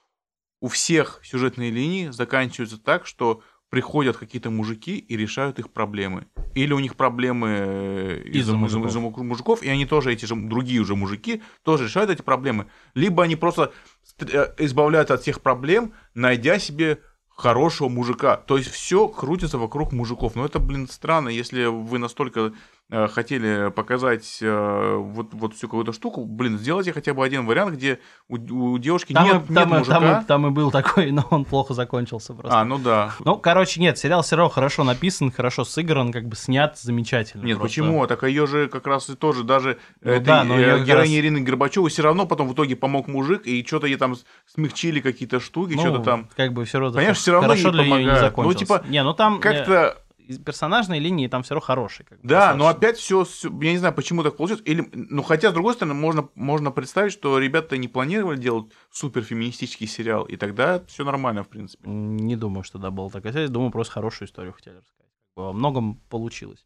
у всех сюжетные линии заканчиваются так, что приходят какие-то мужики и решают их проблемы. Или у них проблемы из-за, из-за, мужиков. из-за мужиков, и они тоже, эти же другие уже мужики, тоже решают эти проблемы. Либо они просто избавляются от всех проблем, найдя себе хорошего мужика. То есть все крутится вокруг мужиков. Но это, блин, странно, если вы настолько э, хотели показать э, вот, вот всю какую-то штуку, блин, сделайте хотя бы один вариант, где у, у девушки там нет, и, нет там, мужика. Там, там и был такой, но он плохо закончился просто. А, ну да. Ну, короче, нет, сериал все равно хорошо написан, хорошо сыгран, как бы снят замечательно. Нет, просто. Почему? Так ее же как раз и тоже, даже ну, этой да, но э, героине раз... Ирины Горбачевой все равно потом в итоге помог мужик, и что-то ей там смягчили какие-то штуки, ну, что-то там. Как бы все равно. Конечно, все равно хорошо ей для нее не закончилось. Ну, типа, не, ну там как-то... персонажные линии там все равно хорошие. Как бы, да, достаточно. но опять все, я не знаю, почему так получилось. Или, ну, хотя, с другой стороны, можно, можно представить, что ребята не планировали делать супер феминистический сериал, и тогда все нормально, в принципе. Не думаю, что да, была такая связь. Думаю, просто хорошую историю хотели рассказать. Во многом получилось.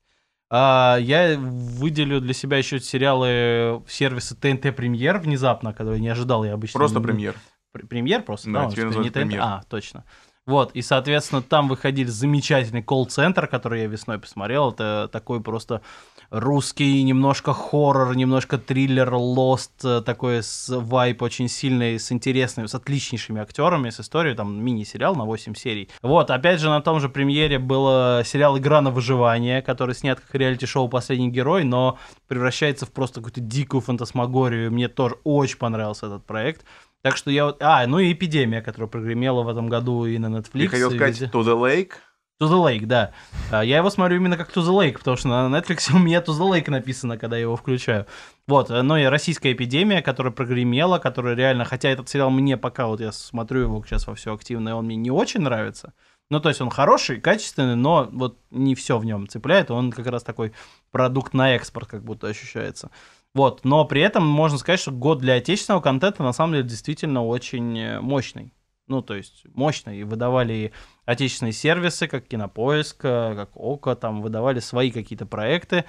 А, я выделю для себя еще сериалы сервиса тэ эн тэ Премьер внезапно, которые не ожидал я обычно. Просто Премьер. Премьер просто? Да, да, теперь не тэ эн тэ. Премьер. А, точно. Вот, и, соответственно, там выходили замечательный колл-центр, который я весной посмотрел. Это такой просто русский, немножко хоррор, немножко триллер, Lost, такой с вайп очень сильный, с интересными, с отличнейшими актерами, с историей, там мини-сериал на восемь серий. Вот, опять же, на том же премьере был сериал «Игра на выживание», который снят как реалити-шоу «Последний герой», но превращается в просто какую-то дикую фантасмагорию. Мне тоже очень понравился этот проект. Так что я... А, ну и «Эпидемия», которая прогремела в этом году и на Netflix. Я хотел сказать везде. «To the Lake». To the Lake, да. Я его смотрю именно как To the Lake, потому что на Netflix у меня To the Lake написано, когда я его включаю. Вот, ну и «Российская эпидемия», которая прогремела, которая реально... Хотя этот сериал мне пока, вот я смотрю его сейчас во все активно, и он мне не очень нравится. Ну, то есть он хороший, качественный, но вот не все в нем цепляет. Он как раз такой продукт на экспорт, как будто ощущается. Вот, но при этом можно сказать, что год для отечественного контента на самом деле действительно очень мощный. Ну, то есть мощный. И выдавали и отечественные сервисы, как Кинопоиск, как Око, там выдавали свои какие-то проекты.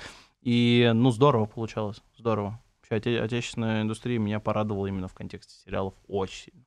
И, ну, здорово получалось, здорово. Вообще, отечественная индустрия меня порадовала именно в контексте сериалов очень сильно.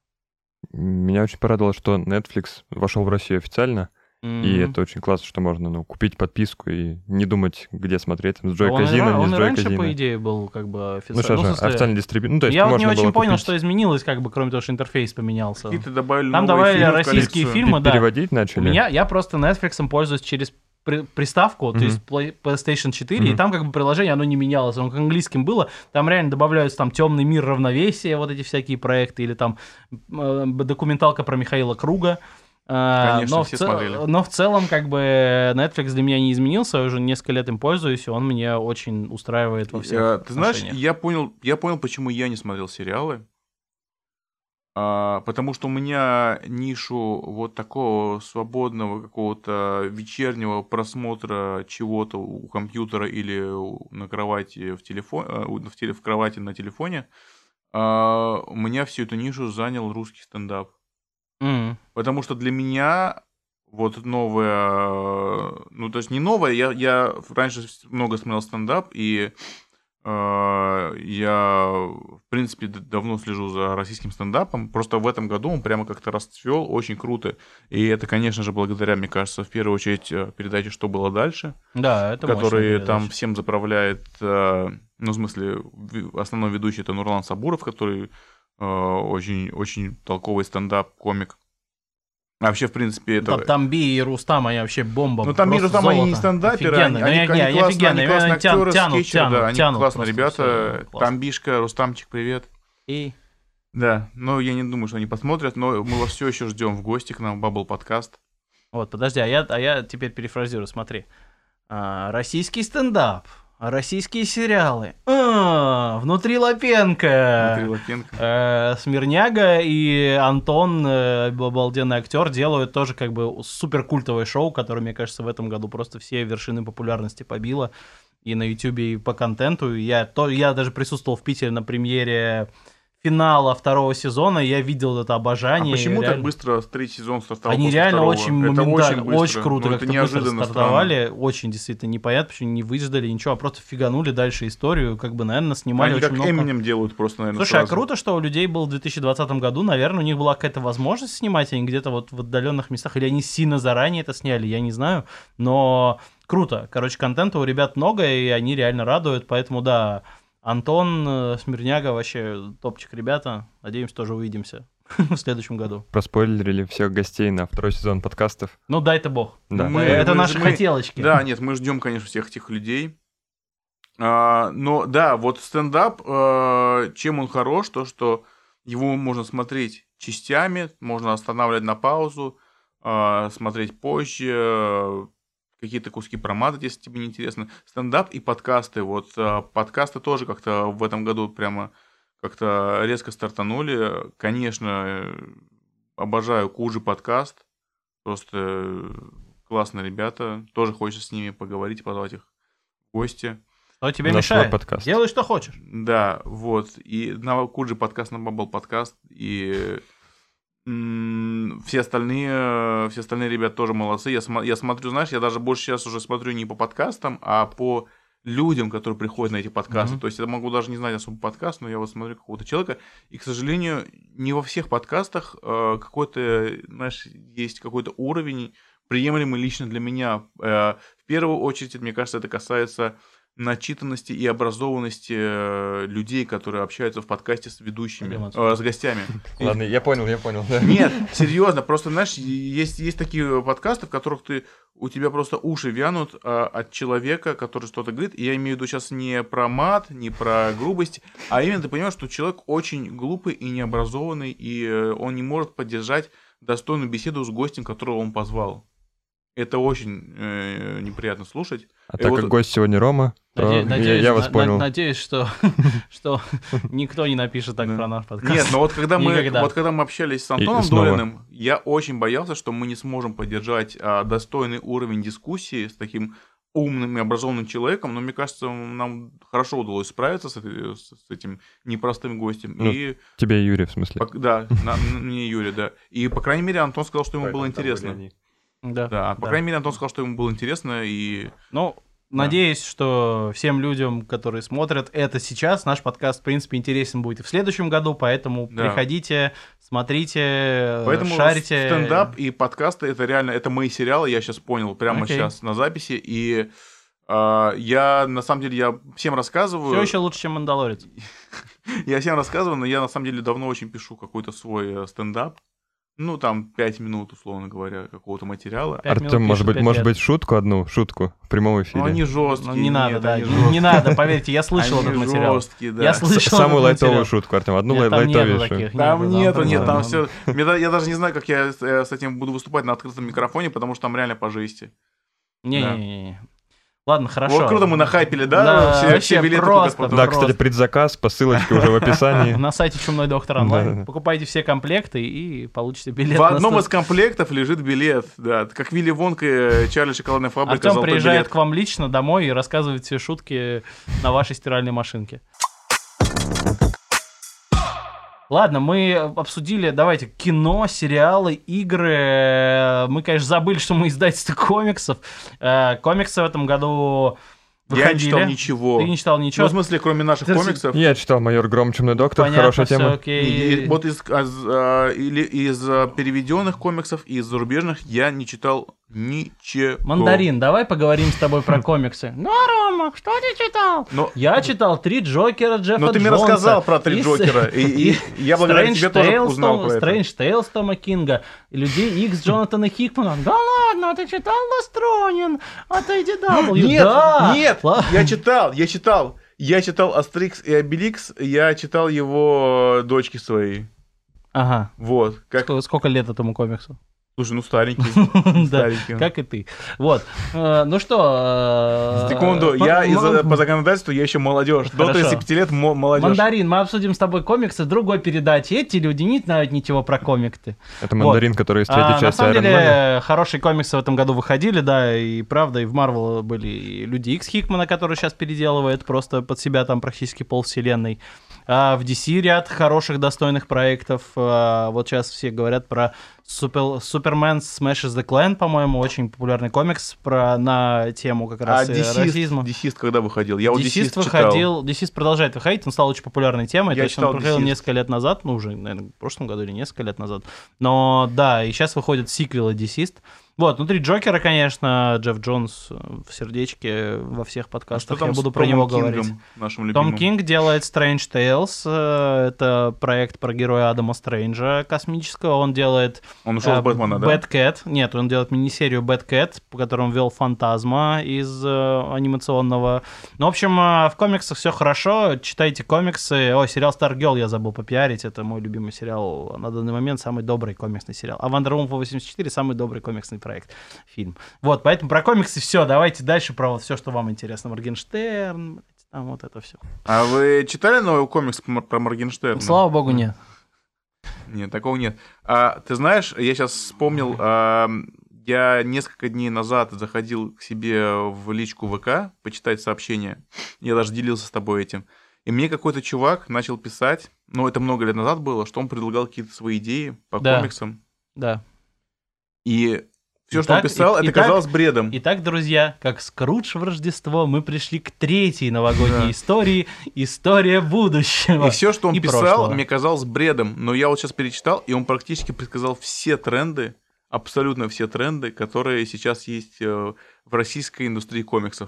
Меня очень порадовало, что Netflix вошел в Россию официально. Mm-hmm. И это очень классно, что можно ну, купить подписку и не думать, где смотреть. С Джой Казино, не с Джой Казино. Он раньше, по идее, был как бы официально. Ну что же, ну, официальный дистрибьютор. Ну, то есть я вот не очень понял, купить... что изменилось, как бы, кроме того, что интерфейс поменялся. Какие-то добавили Там добавили российские фильмы, да. Переводить начали? У меня, я просто Netflix пользуюсь через при, приставку, mm-hmm. то есть PlayStation четыре, mm-hmm. и там как бы приложение, оно не менялось, оно к английским было, там реально добавляются там «Темный мир равновесия», вот эти всякие проекты, или там э, документалка про Михаила Круга. Конечно, но, все в цел... смотрели. но в целом, как бы, Netflix для меня не изменился, я уже несколько лет им пользуюсь, и он меня очень устраивает во всех а, Ты знаешь, я понял, я понял, почему я не смотрел сериалы. А, потому что у меня нишу вот такого свободного какого-то вечернего просмотра чего-то у компьютера или на кровати в телефоне, в, теле... в кровати на телефоне, а, у меня всю эту нишу занял русский стендап. Mm. Потому что для меня вот новое, ну то есть не новое, я, я раньше много смотрел стендап, и э, я в принципе давно слежу за российским стендапом, просто в этом году он прямо как-то расцвел, очень круто, и это, конечно же, благодаря, мне кажется, в первую очередь передаче «Что было дальше», да, это который там всем заправляет, э, ну в смысле основной ведущий это Нурлан Сабуров, который очень, очень толковый стендап-комик. А вообще, в принципе, это... Тамби и Рустам, они вообще бомба. Ну, Тамби и Рустам, они не стендаперы, они, они, они, они, классно, они классные актеры, тянут, скетчеры, тянут, да, они тянут классные ребята. Тамбишка, Рустамчик, привет. И? Да, но я не думаю, что они посмотрят, но мы вас все еще ждем в гости к нам, Бабл подкаст. Вот, подожди, а я, а я теперь перефразирую, смотри. А, российский стендап, российские сериалы. А, внутри Лапенко. Внутри Лапенко. Э, Смирняга и Антон, э, обалденный актер, делают тоже как бы супер культовое шоу, которое, мне кажется, в этом году просто все вершины популярности побило. И на Ютубе, и по контенту. Я, то, я даже присутствовал в Питере на премьере финала второго сезона, я видел это обожание. А почему реально... так быстро третий сезон стартовал? Они реально второго? очень это моментально, очень, очень круто, ну, как-то это неожиданно быстро стартовали. странно. Очень действительно непонятно, почему не выждали ничего, а просто фиганули дальше историю. Как бы, наверное, снимали Они очень как много. Эминем делают просто, наверное, Слушай, сразу. а круто, что у людей был в две тысячи двадцатом году, наверное, у них была какая-то возможность снимать, они где-то вот в отдаленных местах, или они сильно заранее это сняли, я не знаю, но круто. Короче, контента у ребят много, и они реально радуют, поэтому, да, Антон, Смирняга, вообще топчик ребята, надеемся, тоже увидимся в следующем году. Проспойлерили всех гостей на второй сезон подкастов. Ну, дай-то бог. Да. Мы- это мы- наши мы- хотелочки. Да, нет, мы ждем, конечно, всех этих людей. А, но да, вот стендап, а, чем он хорош, то что его можно смотреть частями, можно останавливать на паузу, а, смотреть позже, а, какие-то куски проматывать, если тебе не интересно. Стендап и подкасты. Вот а, подкасты тоже как-то в этом году прямо как-то резко стартанули. Конечно, э, обожаю Куджи подкаст. Просто э, классные ребята. Тоже хочется с ними поговорить, позвать их в гости. Что тебе Наш свой мешает? подкаст. Делай, что хочешь. Да, вот. И на Куджи подкаст, на Бабл подкаст. И м, все остальные, все остальные ребята тоже молодцы. Я, смо- я смотрю, знаешь, я даже больше сейчас уже смотрю не по подкастам, а по людям, которые приходят на эти подкасты. Мгм. То есть я могу даже не знать особо подкаст, но я вот смотрю какого-то человека. И, к сожалению, не во всех подкастах э, какой-то, знаешь, есть какой-то уровень, приемлемый лично для меня. Э, в первую очередь, мне кажется, это касается начитанности и образованности э, людей, которые общаются в подкасте с ведущими, Пойдем отсюда. э, с гостями. Ладно, я понял, я понял. Да. Нет, серьезно, просто, знаешь, есть, есть такие подкасты, в которых ты, у тебя просто уши вянут а, от человека, который что-то говорит. И я имею в виду сейчас не про мат, не про грубость, а именно ты понимаешь, что человек очень глупый и необразованный, и э, он не может поддержать достойную беседу с гостем, которого он позвал. Это очень э, неприятно слушать. А И так вот- как гость сегодня Рома, то Наде- я- надеюсь, я вас на- понял. на- Надеюсь, что, что никто не напишет так Да. про наш подкаст. Нет, но вот когда мы, Никогда. вот когда мы общались с Антоном снова. Долиным, я очень боялся, что мы не сможем поддержать а, достойный уровень дискуссии с таким умным и образованным человеком, но мне кажется, нам хорошо удалось справиться с, этой- с- с этим непростым гостем. Ну, и Тебе, Юрий, в смысле. пок- да, на- на- мне Юрий, да. И по крайней мере Антон сказал, что ему было интересно. Да, Да, по да. крайней мере Антон сказал, что ему было интересно, и Ну, надеюсь, что всем людям, которые смотрят это сейчас, наш подкаст, в принципе, интересен будет и в следующем году, поэтому Да. приходите, смотрите, поэтому шарите. стендап и подкасты это реально, это мои сериалы, я сейчас понял, прямо Окей. сейчас на записи, и а, я, на самом деле, я всем рассказываю. Все еще лучше, чем Мандалорец. Я всем рассказываю, но я на самом деле давно очень пишу какой-то свой э, стендап. Ну, там, пять минут, условно говоря, какого-то материала. Пять минут Артем, может пишет, быть, пять может лет. быть, шутку одну, шутку в прямом эфире. Ну, они жесткие. Ну, не надо, нет, да, они не, жесткие. не надо, поверьте, я слышал Они этот материал. жесткие, да. Я С- слышал Самую этот лайтовую материал. шутку, Артем, одну Нет, лай- там нету лайтовейшую. таких. Там Нету, нету, там нет, просто- там все. Я даже не знаю, как я с э, с этим буду выступать на открытом микрофоне, потому что там реально по жести. Не-не-не. Ладно, хорошо. Вот круто мы нахайпили, да? Да, все, вообще все билеты просто. купят потом. Да, просто. кстати, предзаказ по ссылочке уже в описании. На сайте Чумной доктор онлайн. Да-да-да. Покупайте все комплекты и получите билет. В на одном сто- из комплектов лежит билет, да, как Вилли Вонка и Чарли Шоколадная фабрика. Артем «Золотой приезжает билет». к вам лично домой и рассказывает все шутки на вашей стиральной машинке. Ладно, мы обсудили, давайте, кино, сериалы, игры. Мы, конечно, забыли, что мы издательство комиксов. Э, Комиксы в этом году Я не выходили. читал ничего. Ты не читал Ну, ничего? в смысле, кроме наших Ты- комиксов. Я читал «Майор Гром, Чумной доктор», Понятно, хорошая всё тема. окей. И- и вот из, аз- а, или из а, переведенных комиксов, и из зарубежных я не читал ничего. Мандарин, давай поговорим с тобой про комиксы. Ну, Рома, что ты читал? Но, Я читал «Три Джокера» Джеффа но ты мне Джонса. рассказал про три и с- Джокера, и, и я благодаря Strange тебе тоже Tales узнал Том- про это. Strange Tales Тома Кинга, Людей Икс Джонатана Хикмана. Да ладно, а ты читал Ластронин от эй ди дабл ю? Нет, Да. нет, Ла- я читал, я читал. Я читал Астерикс и Обеликс, я читал его дочки своей. Ага. Вот. Как... Сколько, сколько лет этому комиксу? Слушай, ну старенький. Да, как и ты. Вот. Э, Ну что... э, Секунду, м- я м- из-за- по законодательству я еще молодежь. До Хорошо. тридцати пяти лет мо- молодежь. Мандарин, мы обсудим с тобой комиксы в другой передаче. Эти люди не знают ничего про комиксы. Это мандарин, который из А, третьей на части самом Iron Man. деле, хорошие комиксы в этом году выходили, да, и правда, и в Марвел были и Люди Икс Хикмана, который сейчас переделывает просто под себя там практически полвселенной. А в ди си ряд хороших, достойных проектов. А, вот сейчас все говорят про Супер, Супермен Smashes the Clan, по-моему, очень популярный комикс про, на тему как А раз э, десист, расизма. десист когда выходил? Я вот Десист десист читал. выходил, Десист продолжает выходить, он стал очень популярной темой, Я то есть он читал выходил Deceased. несколько лет назад, ну уже, наверное, в прошлом году или несколько лет назад, но да, и сейчас выходят сиквелы Десист. Вот, внутри Джокера, конечно, Джефф Джонс в сердечке во всех А что подкастах, там я с буду про Томом него Кингом, говорить. нашим Том любимым? Кинг делает Strange Tales, э, это проект про героя Адама Стрэнджа космического, он делает... Он ушел э, с Бэтмена, да? Bad Cat, нет, он делает мини-серию Bad Cat, по которому вел Фантазма из э, анимационного. Ну, в общем, э, в комиксах все хорошо, читайте комиксы. Ой, сериал Stargirl я забыл попиарить, это мой любимый сериал, на данный момент самый добрый комиксный сериал. А Wonder Woman восемьдесят четыре самый добрый комиксный проект, фильм. Вот, поэтому про комиксы все, давайте дальше про вот все, что вам интересно. Моргенштерн, там вот это все. А вы читали новый комикс про про Моргенштерна? Слава богу, нет. Нет, такого нет. А, ты знаешь, я сейчас вспомнил, а, я несколько дней назад заходил к себе в личку ВК почитать сообщения. Я даже делился с тобой этим. И мне какой-то чувак начал писать, ну, это много лет назад было, что он предлагал какие-то свои идеи по Да. комиксам. Да. И все, что он Итак, писал, и- это итак- казалось бредом. Итак, друзья, как Скрудж в Рождество, мы пришли к третьей новогодней Да. истории. История будущего. И все, что он и писал, прошлого. мне казалось бредом. Но я вот сейчас перечитал, и он практически предсказал все тренды, абсолютно все тренды, которые сейчас есть э, в российской индустрии комиксов.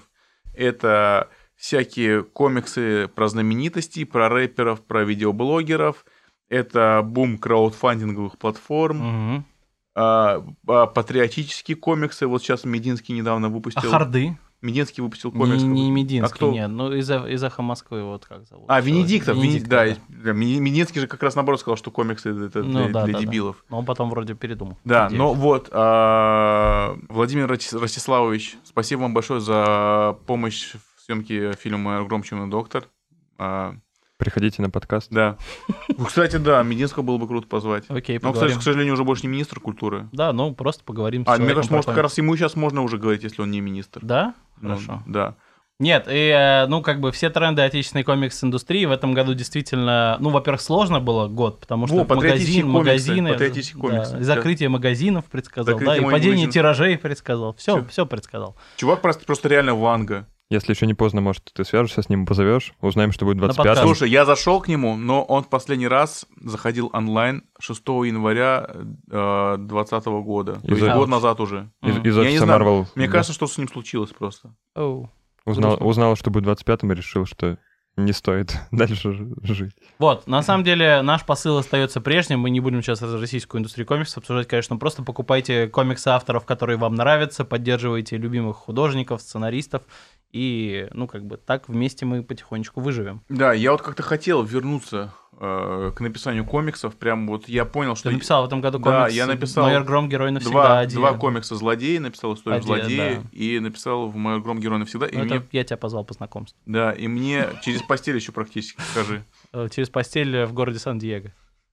Это всякие комиксы про знаменитостей, про рэперов, про видеоблогеров. Это бум краудфандинговых платформ. Мгм. а, а, патриотические комиксы. Вот сейчас Мединский недавно А выпустил. Харды? Мединский выпустил Не, комикс. не какой-то. Мединский, А кто? нет. Ну, из, из «Эхо Москвы», вот как зовут. А, Венедиктов, Венедиктов, Венедик- да, да, Ми- Мединский же как раз наоборот сказал, что комиксы это Ну, для, да, для да, да. дебилов. Но он потом вроде передумал. Да, Надеюсь. но вот, а, Владимир Ростис- Ростиславович, спасибо вам большое за помощь в съемке фильма «Громче, чем доктор». А, Приходите на подкаст. да. Ну, кстати, да, Мединского было бы круто позвать. Окей, Но, поговорим. кстати, к сожалению, уже больше не министр культуры. Да, ну просто поговорим с А, мне человеком кажется, про может, как комиксы. раз ему сейчас можно уже говорить, если он не министр. Да? Ну, Хорошо. Да. Нет, и, э, ну, как бы все тренды отечественной комикс-индустрии в этом году действительно, ну, во-первых, сложно было год, потому что Во, патриотические магазин, комиксы, магазины, патриотические да, комиксы. и закрытие магазинов предсказал, Закрытие да, и магазинов. падение тиражей предсказал, все, Всё. все предсказал. Чувак просто, просто реально ванга. Если еще не поздно, может, ты свяжешься с ним, позовешь, узнаем, что будет На двадцать пятого. подкаст. Слушай, я зашел к нему, но он в последний раз заходил онлайн шестого января э, двадцатого года. То Из- есть год Ауч. назад уже. Из, Мгм. из Я не офиса знаю, Marvel. Мне да. кажется, что с ним случилось просто. Оу. Узнал, грустно. узнал, что будет двадцать пятым, и решил, что не стоит дальше ж- жить. Вот, на самом деле наш посыл остается прежним, мы не будем сейчас российскую индустрию комиксов обсуждать, конечно, просто покупайте комиксы авторов, которые вам нравятся, поддерживайте любимых художников, сценаристов, и, ну, как бы так вместе мы потихонечку выживем. Да, я вот как-то хотел вернуться э, к написанию комиксов. Прям вот я понял, что... Ты написал в этом году Да, комикс я написал «Майор Гром. Герой навсегда». Два, один. два комикса «Злодеи», написал историю Один, «Злодея» да. и написал в «Майор Гром. Герой навсегда». И Ну, мне, это я тебя позвал по знакомству. да, и мне через постель еще практически, скажи. Э, Через постель в городе Сан-Диего.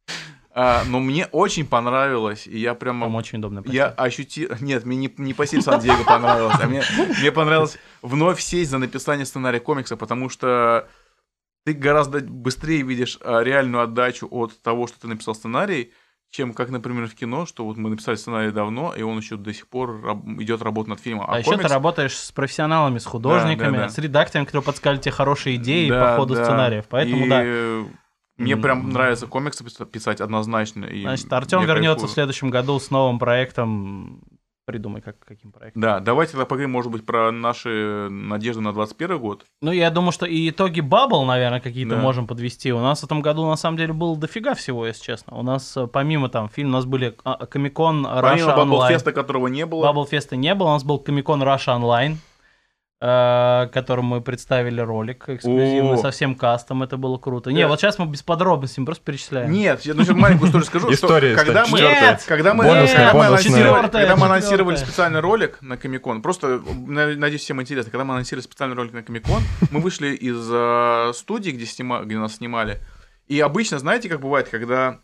А, но мне очень понравилось, и я прямо... Там очень удобно. Я ощутил... Нет, мне не, не постель Сан-Диего понравилось, а мне, мне понравилось вновь сесть за написание сценария комикса, потому что ты гораздо быстрее видишь а, реальную отдачу от того, что ты написал сценарий, чем, как, например, в кино, что вот мы написали сценарий давно, и он еще до сих пор раб- идет работа над фильмом. А, еще ты работаешь с профессионалами, с художниками, Да, да, да. с редакторами, которые подсказали тебе хорошие идеи Да, по ходу да. сценариев. Поэтому, И да. мне М. прям нравится комиксы пис- писать однозначно. И Значит, Артем я вернется кайфую. в следующем году с новым проектом. Придумай, как, каким проектом. Да, давайте тогда поговорим, может быть, про наши надежды на двадцать первый год. Ну, я думаю, что и итоги Баббл, наверное, какие-то Да. можем подвести. У нас в этом году, на самом деле, было дофига всего, если честно. У нас, э, помимо там фильм, у нас были а, Комик-кон Помимо Russia Online. Бабблфеста, которого не было. Бабблфеста не было, у нас был Комик-кон Russia Online. э, которым мы представили ролик эксклюзивный, О. совсем кастом, это было круто. Не, Да. вот сейчас мы без подробностей, мы просто перечисляем. Нет, я ну, сейчас маленькую историю скажу. что История, когда история. мы, Нет! когда мы, Бонусная, когда мы бонусная. анонсировали, Четвертая, когда мы анонсировали четвертая. специальный ролик на Комик-кон, просто, на- надеюсь, всем интересно, когда мы анонсировали специальный ролик на Комик-кон, мы вышли из э, студии, где, снима, где нас снимали, и обычно, знаете, как бывает, когда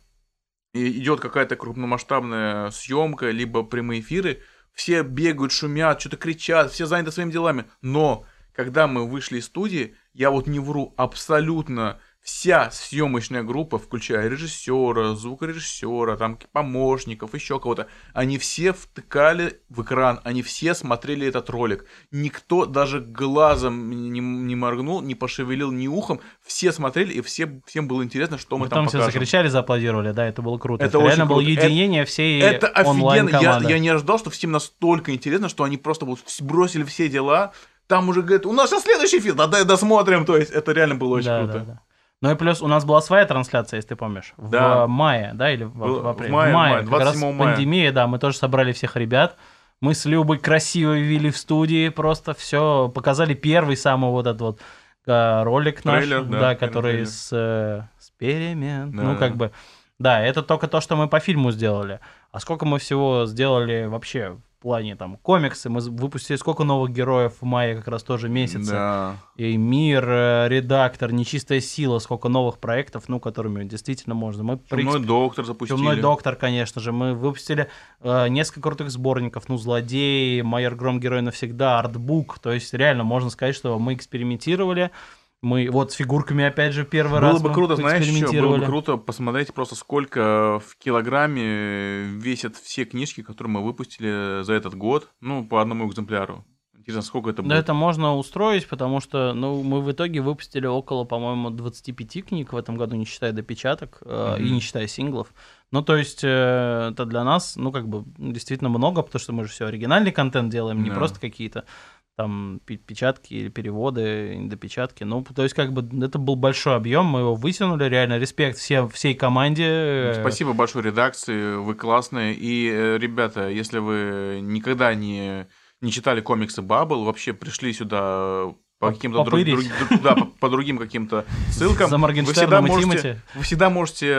и- идет какая-то крупномасштабная съемка, либо прямые эфиры, все бегают, шумят, что-то кричат, все заняты своими делами, но когда мы вышли из студии, я вот не вру, абсолютно вся съемочная группа, включая режиссера, звукорежиссера, там помощников, еще кого-то, они все втыкали в экран, они все смотрели этот ролик. Никто даже глазом не, не моргнул, не пошевелил ни ухом. Все смотрели, и все, всем было интересно, что мы Потом там все покажем. закричали, зааплодировали, да, это было круто. Это Это, реально очень было круто. единение всей Это офигенно. Я, онлайн-команды. я не ожидал, что всем настолько интересно, что они просто вот бросили все дела. Там уже говорят, у нас сейчас следующий фильм, да, да, досмотрим. То есть это реально было очень Да, круто. да, да. Ну и плюс у нас была своя трансляция, если ты помнишь, в Да. мае, да, или в, Было- в апреле? в мае, в мае, как двадцать раз седьмого мая. пандемия, да, мы тоже собрали всех ребят. Мы с Любой красиво вели в студии, просто все показали первый самый вот этот вот э, ролик наш, Трейлер, да, да, первый который трейлер. с э, эксперимент, Да, ну да. как бы, да, это только то, что мы по фильму сделали. А сколько мы всего сделали вообще в плане там комиксы, мы выпустили сколько новых героев в мае как раз тоже месяце. Да. И мир, э, редактор, нечистая сила, сколько новых проектов, ну, которыми действительно можно. Мы Чумной доктор запустили. Чумной доктор, конечно же. Мы выпустили э, несколько крутых сборников. Ну, Злодей, Майор Гром, Герой навсегда, Артбук. То есть, реально, можно сказать, что мы экспериментировали. Мы вот с фигурками, опять же, первый Было раз бы мы круто, знаешь, еще было бы экспериментировали. круто посмотреть просто, сколько в килограмме весят все книжки, которые мы выпустили за этот год, ну, по одному экземпляру. Интересно, сколько это Да, будет? это можно устроить, потому что, ну, мы в итоге выпустили около, по-моему, двадцать пять книг в этом году, не считая допечаток э, Мгм. и не считая синглов. Ну, то есть, э, это для нас, ну, как бы, ну, действительно много, потому что мы же все оригинальный контент делаем, не Да. просто какие-то там пе- печатки или переводы, допечатки. Ну, то есть, как бы, это был большой объем, мы его вытянули, реально, респект всем, всей команде. э, Спасибо большой редакции, вы классные. И, э, ребята, если вы никогда не, не читали комиксы Bubble, вообще пришли сюда по По- каким-то друг- попырить. друг- друг- да, по, по другим каким-то ссылкам, За вы всегда Моргенштерном и можете, Тимати. вы всегда можете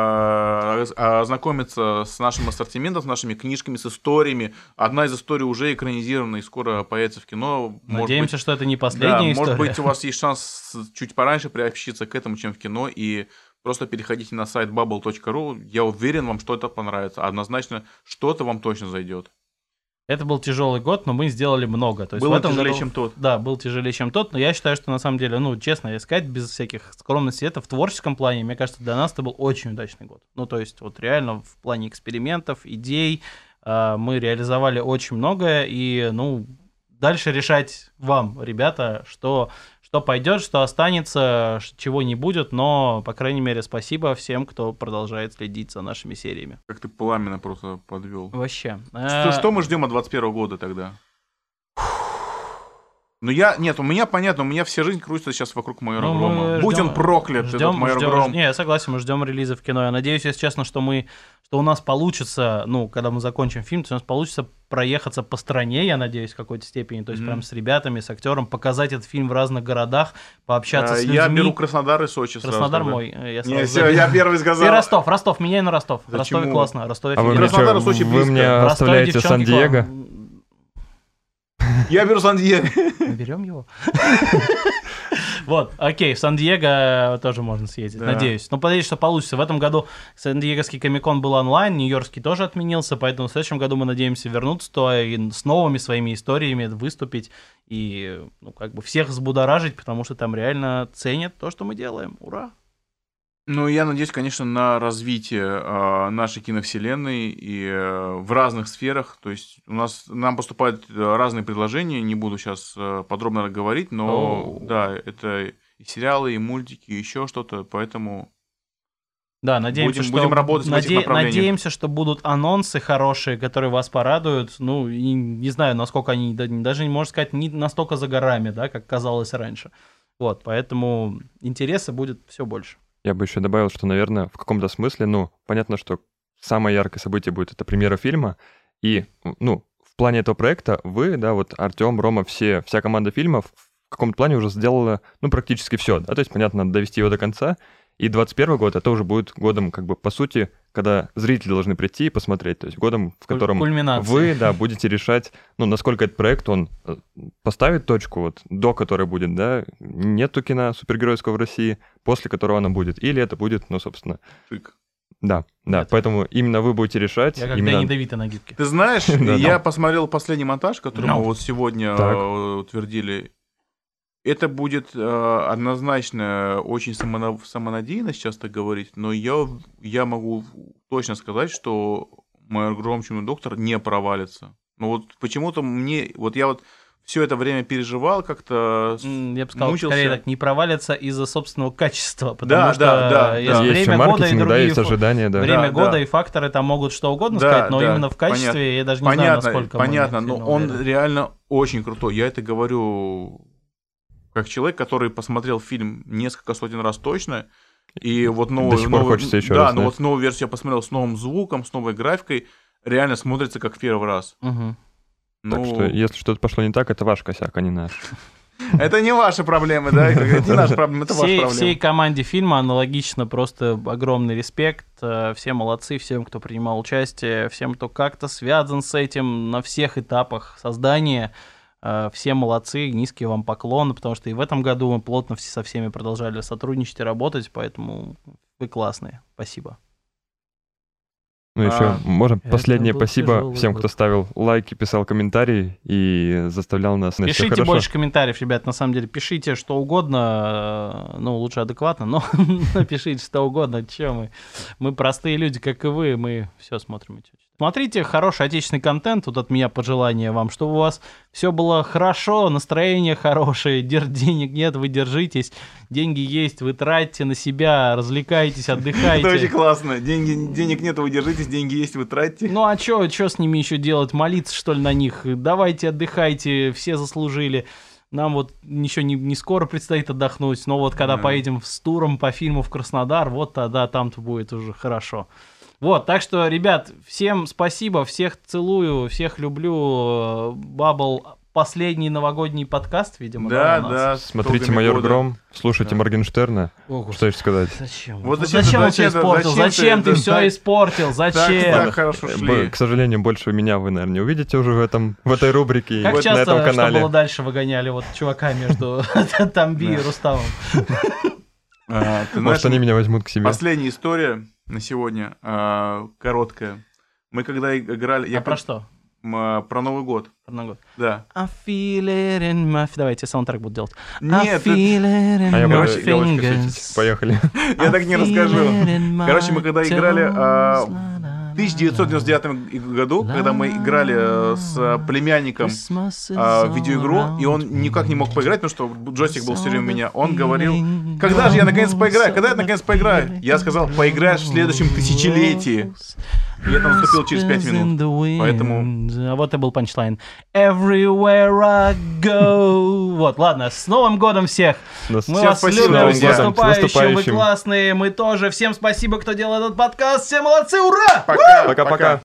а, а, ознакомиться с нашим ассортиментом, с нашими книжками, с историями. Одна из историй уже экранизирована и скоро появится в кино. Может Надеемся, быть, что это не да, последняя история. может быть, у вас есть шанс чуть пораньше приобщиться к этому, чем в кино, и просто переходите на сайт бабл точка ру. Я уверен, вам что-то понравится. Однозначно, что-то вам точно зайдет. Это был тяжелый год, но мы сделали много. То есть Было в этом тяжелее, году- чем тот. Да, был тяжелее, чем тот, но я считаю, что на самом деле, ну, честно если сказать, без всяких скромностей, это в творческом плане, мне кажется, для нас это был очень удачный год. Ну, то есть вот реально в плане экспериментов, идей э, мы реализовали очень многое, и, ну, дальше решать вам, ребята, что, что пойдет, что останется, ш- чего не будет, но, по крайней мере, спасибо всем, кто продолжает следить за нашими сериями. Как ты пламенно просто подвел. Вообще. Что, Э, что мы ждем от двадцать первого года тогда? Ну я, нет, у меня понятно, у меня вся жизнь крутится сейчас вокруг майора Ну, мы Грома. Будь ждём- он проклят, ждём- этот майор ждём- Гром. Не, я согласен, мы ждем релиза в кино. Я надеюсь, если честно, что мы, что у нас получится, ну, когда мы закончим фильм, то у нас получится проехаться по стране, я надеюсь, в какой-то степени, то есть Мгм. прям с ребятами, с актером, показать этот фильм в разных городах, пообщаться А, с людьми. я беру Краснодар и Сочи сразу Краснодар тогда. мой, э, я Не, сразу все, забил. я первый сказал. Ты Ростов, Ростов, меняй на Ростов. В Почему? Ростове классно, Ростове А вы, мне офигенно. Краснодар чё, и Сочи вы близко. мне В Ростове оставляете девчонки Сан-Диего? классно. Я беру Сан-Диего. Берем его. Вот, окей, в Сан-Диего тоже можно съездить, Да. надеюсь. Но подожди, что получится. В этом году Сан-Диегоский комик-кон был онлайн, Нью-Йоркский тоже отменился, поэтому в следующем году мы надеемся вернуться туда и с новыми своими историями выступить и, ну, как бы всех взбудоражить, потому что там реально ценят то, что мы делаем. Ура! Ну, я надеюсь, конечно, на развитие э, нашей киновселенной и э, в разных сферах. То есть у нас нам поступают э, разные предложения, не буду сейчас э, подробно говорить, но Оу. да, это и сериалы, и мультики, и еще что-то, поэтому Да, надеемся, Будем- что... будем работать в этих направлениях. Надеемся, что будут анонсы хорошие, которые вас порадуют. Ну, и не знаю, насколько они, да- даже, можно сказать, не настолько за горами, да, как казалось раньше. Вот, поэтому интереса будет все больше. Я бы еще добавил, что, наверное, в каком-то смысле, ну, понятно, что самое яркое событие будет это премьера фильма, и, ну, в плане этого проекта вы, да, вот Артем, Рома, все, вся команда фильмов в каком-то плане уже сделала, ну, практически все, да, то есть, понятно, надо довести его до конца, и двадцать первый год, это уже будет годом, как бы, по сути, когда зрители должны прийти и посмотреть, то есть годом, в котором вы, да, будете решать, ну, насколько этот проект, он поставит точку, вот, до которой будет, да, нету кино супергеройского в России, после которого оно будет, или это будет, ну, собственно... Шик. Да, да, это... поэтому именно вы будете решать. Я как именно... Дэнни Девито на гибке. Ты знаешь, я посмотрел последний монтаж, который No. мы вот сегодня Так. утвердили. Это будет э, однозначно очень самона... самонадеянно сейчас так говорить, но я, я могу точно сказать, что «Майор Гром, Чумной доктор» не провалится. Но вот почему-то мне... Вот я вот все это время переживал, как-то Я бы сказал, мучился. скорее так, не провалится из-за собственного качества, потому Да, что да, да, есть да. Есть время еще года и маркетинг, да, другие есть фо- ожидания, да. время Да, года да. и факторы там могут что угодно Да, сказать, но да, именно в качестве понятно. я даже не понятно, знаю, насколько мы понятно, но сильно он уверены. реально очень крутой. Я это говорю как человек, который посмотрел фильм несколько сотен раз точно, и вот новую, До сих пор новую- хочется еще да, раз, но да? вот новую версию я посмотрел с новым звуком, с новой графикой, реально смотрится как в первый раз. Мгм. Так Ну, что, если что-то пошло не так, это ваш косяк, а не наш. это не ваши проблемы, да, это не наша проблема, это ваша Всей, проблема. всей команде фильма аналогично, просто огромный респект. э, Все молодцы, всем, кто принимал участие, всем, кто как-то связан с этим на всех этапах создания. э, Все молодцы, низкий вам поклон, потому что и в этом году мы плотно все- со всеми продолжали сотрудничать и работать, поэтому вы классные. Спасибо. Ну, еще А, можем это последнее был спасибо тяжелый всем, год. кто ставил лайки, писал комментарии и заставлял нас на все Пишите хорошо. больше комментариев, ребят, на самом деле. Пишите что угодно, э, ну, лучше адекватно, но напишите что угодно, че мы. Мы простые люди, как и вы, мы все смотрим. и чё- Смотрите хороший отечественный контент, вот от меня пожелание вам, чтобы у вас все было хорошо, настроение хорошее, дер- денег нет, вы держитесь, деньги есть, вы тратите на себя, развлекайтесь, Это очень отдыхайте. классно. Деньги, денег нет, вы держитесь, деньги есть, вы тратите. Ну а что с ними еще делать? Молиться, что ли, на них? Давайте отдыхайте, все заслужили. Нам вот еще не, не скоро предстоит отдохнуть, но вот когда Да. поедем с туром по фильму в Краснодар, вот тогда там-то будет уже хорошо. Вот, так что, ребят, всем спасибо, всех целую, всех люблю. Бабл, последний новогодний подкаст, видимо, Да, у нас? да. с Смотрите итогами «Майор года. Гром», слушайте Да. Моргенштерна. О, Что еще сказать? Зачем? Вот Ну, зачем зачем ты- ты все зачем ты- испортил? зачем Зачем ты- ты все так- испортил? Так, Зачем? так хорошо Б- шли. К сожалению, больше меня вы, наверное, не увидите уже в, этом, в этой рубрике и Как вот на этом часто, что канале. было дальше, выгоняли вот чувака между Тамби и Да. Руставом? А, ты Может, знаешь, они меня возьмут к себе. последняя история на сегодня, а, короткая. Мы когда играли... А про что? м, а, про Новый год, Про Новый год. да. I feel it in my... Давайте саундтрек буду делать. Нет, I это- feel it in А я my могу Короче, галочку fingers. светить. Поехали. я так не I feel расскажу. it in my Короче, мы когда играли, а, toes. В тысяча девятьсот девяносто девятом году, когда мы играли э, с племянником а, в видеоигру, и он никак не мог поиграть, потому что джойстик был все время у меня, он говорил: когда же я наконец поиграю, когда я наконец поиграю? Я сказал: поиграешь в следующем тысячелетии. И это наступило через пять минут. Поэтому... А вот и был панчлайн. Everywhere I go. Вот, ладно, с Новым годом всех! Нас- Мы Всем вас спасибо, любим, с друзья. С наступающим, вы наступающим. классные, мы тоже. Всем спасибо, кто делал этот подкаст, все молодцы, ура! Пока! Пока-пока.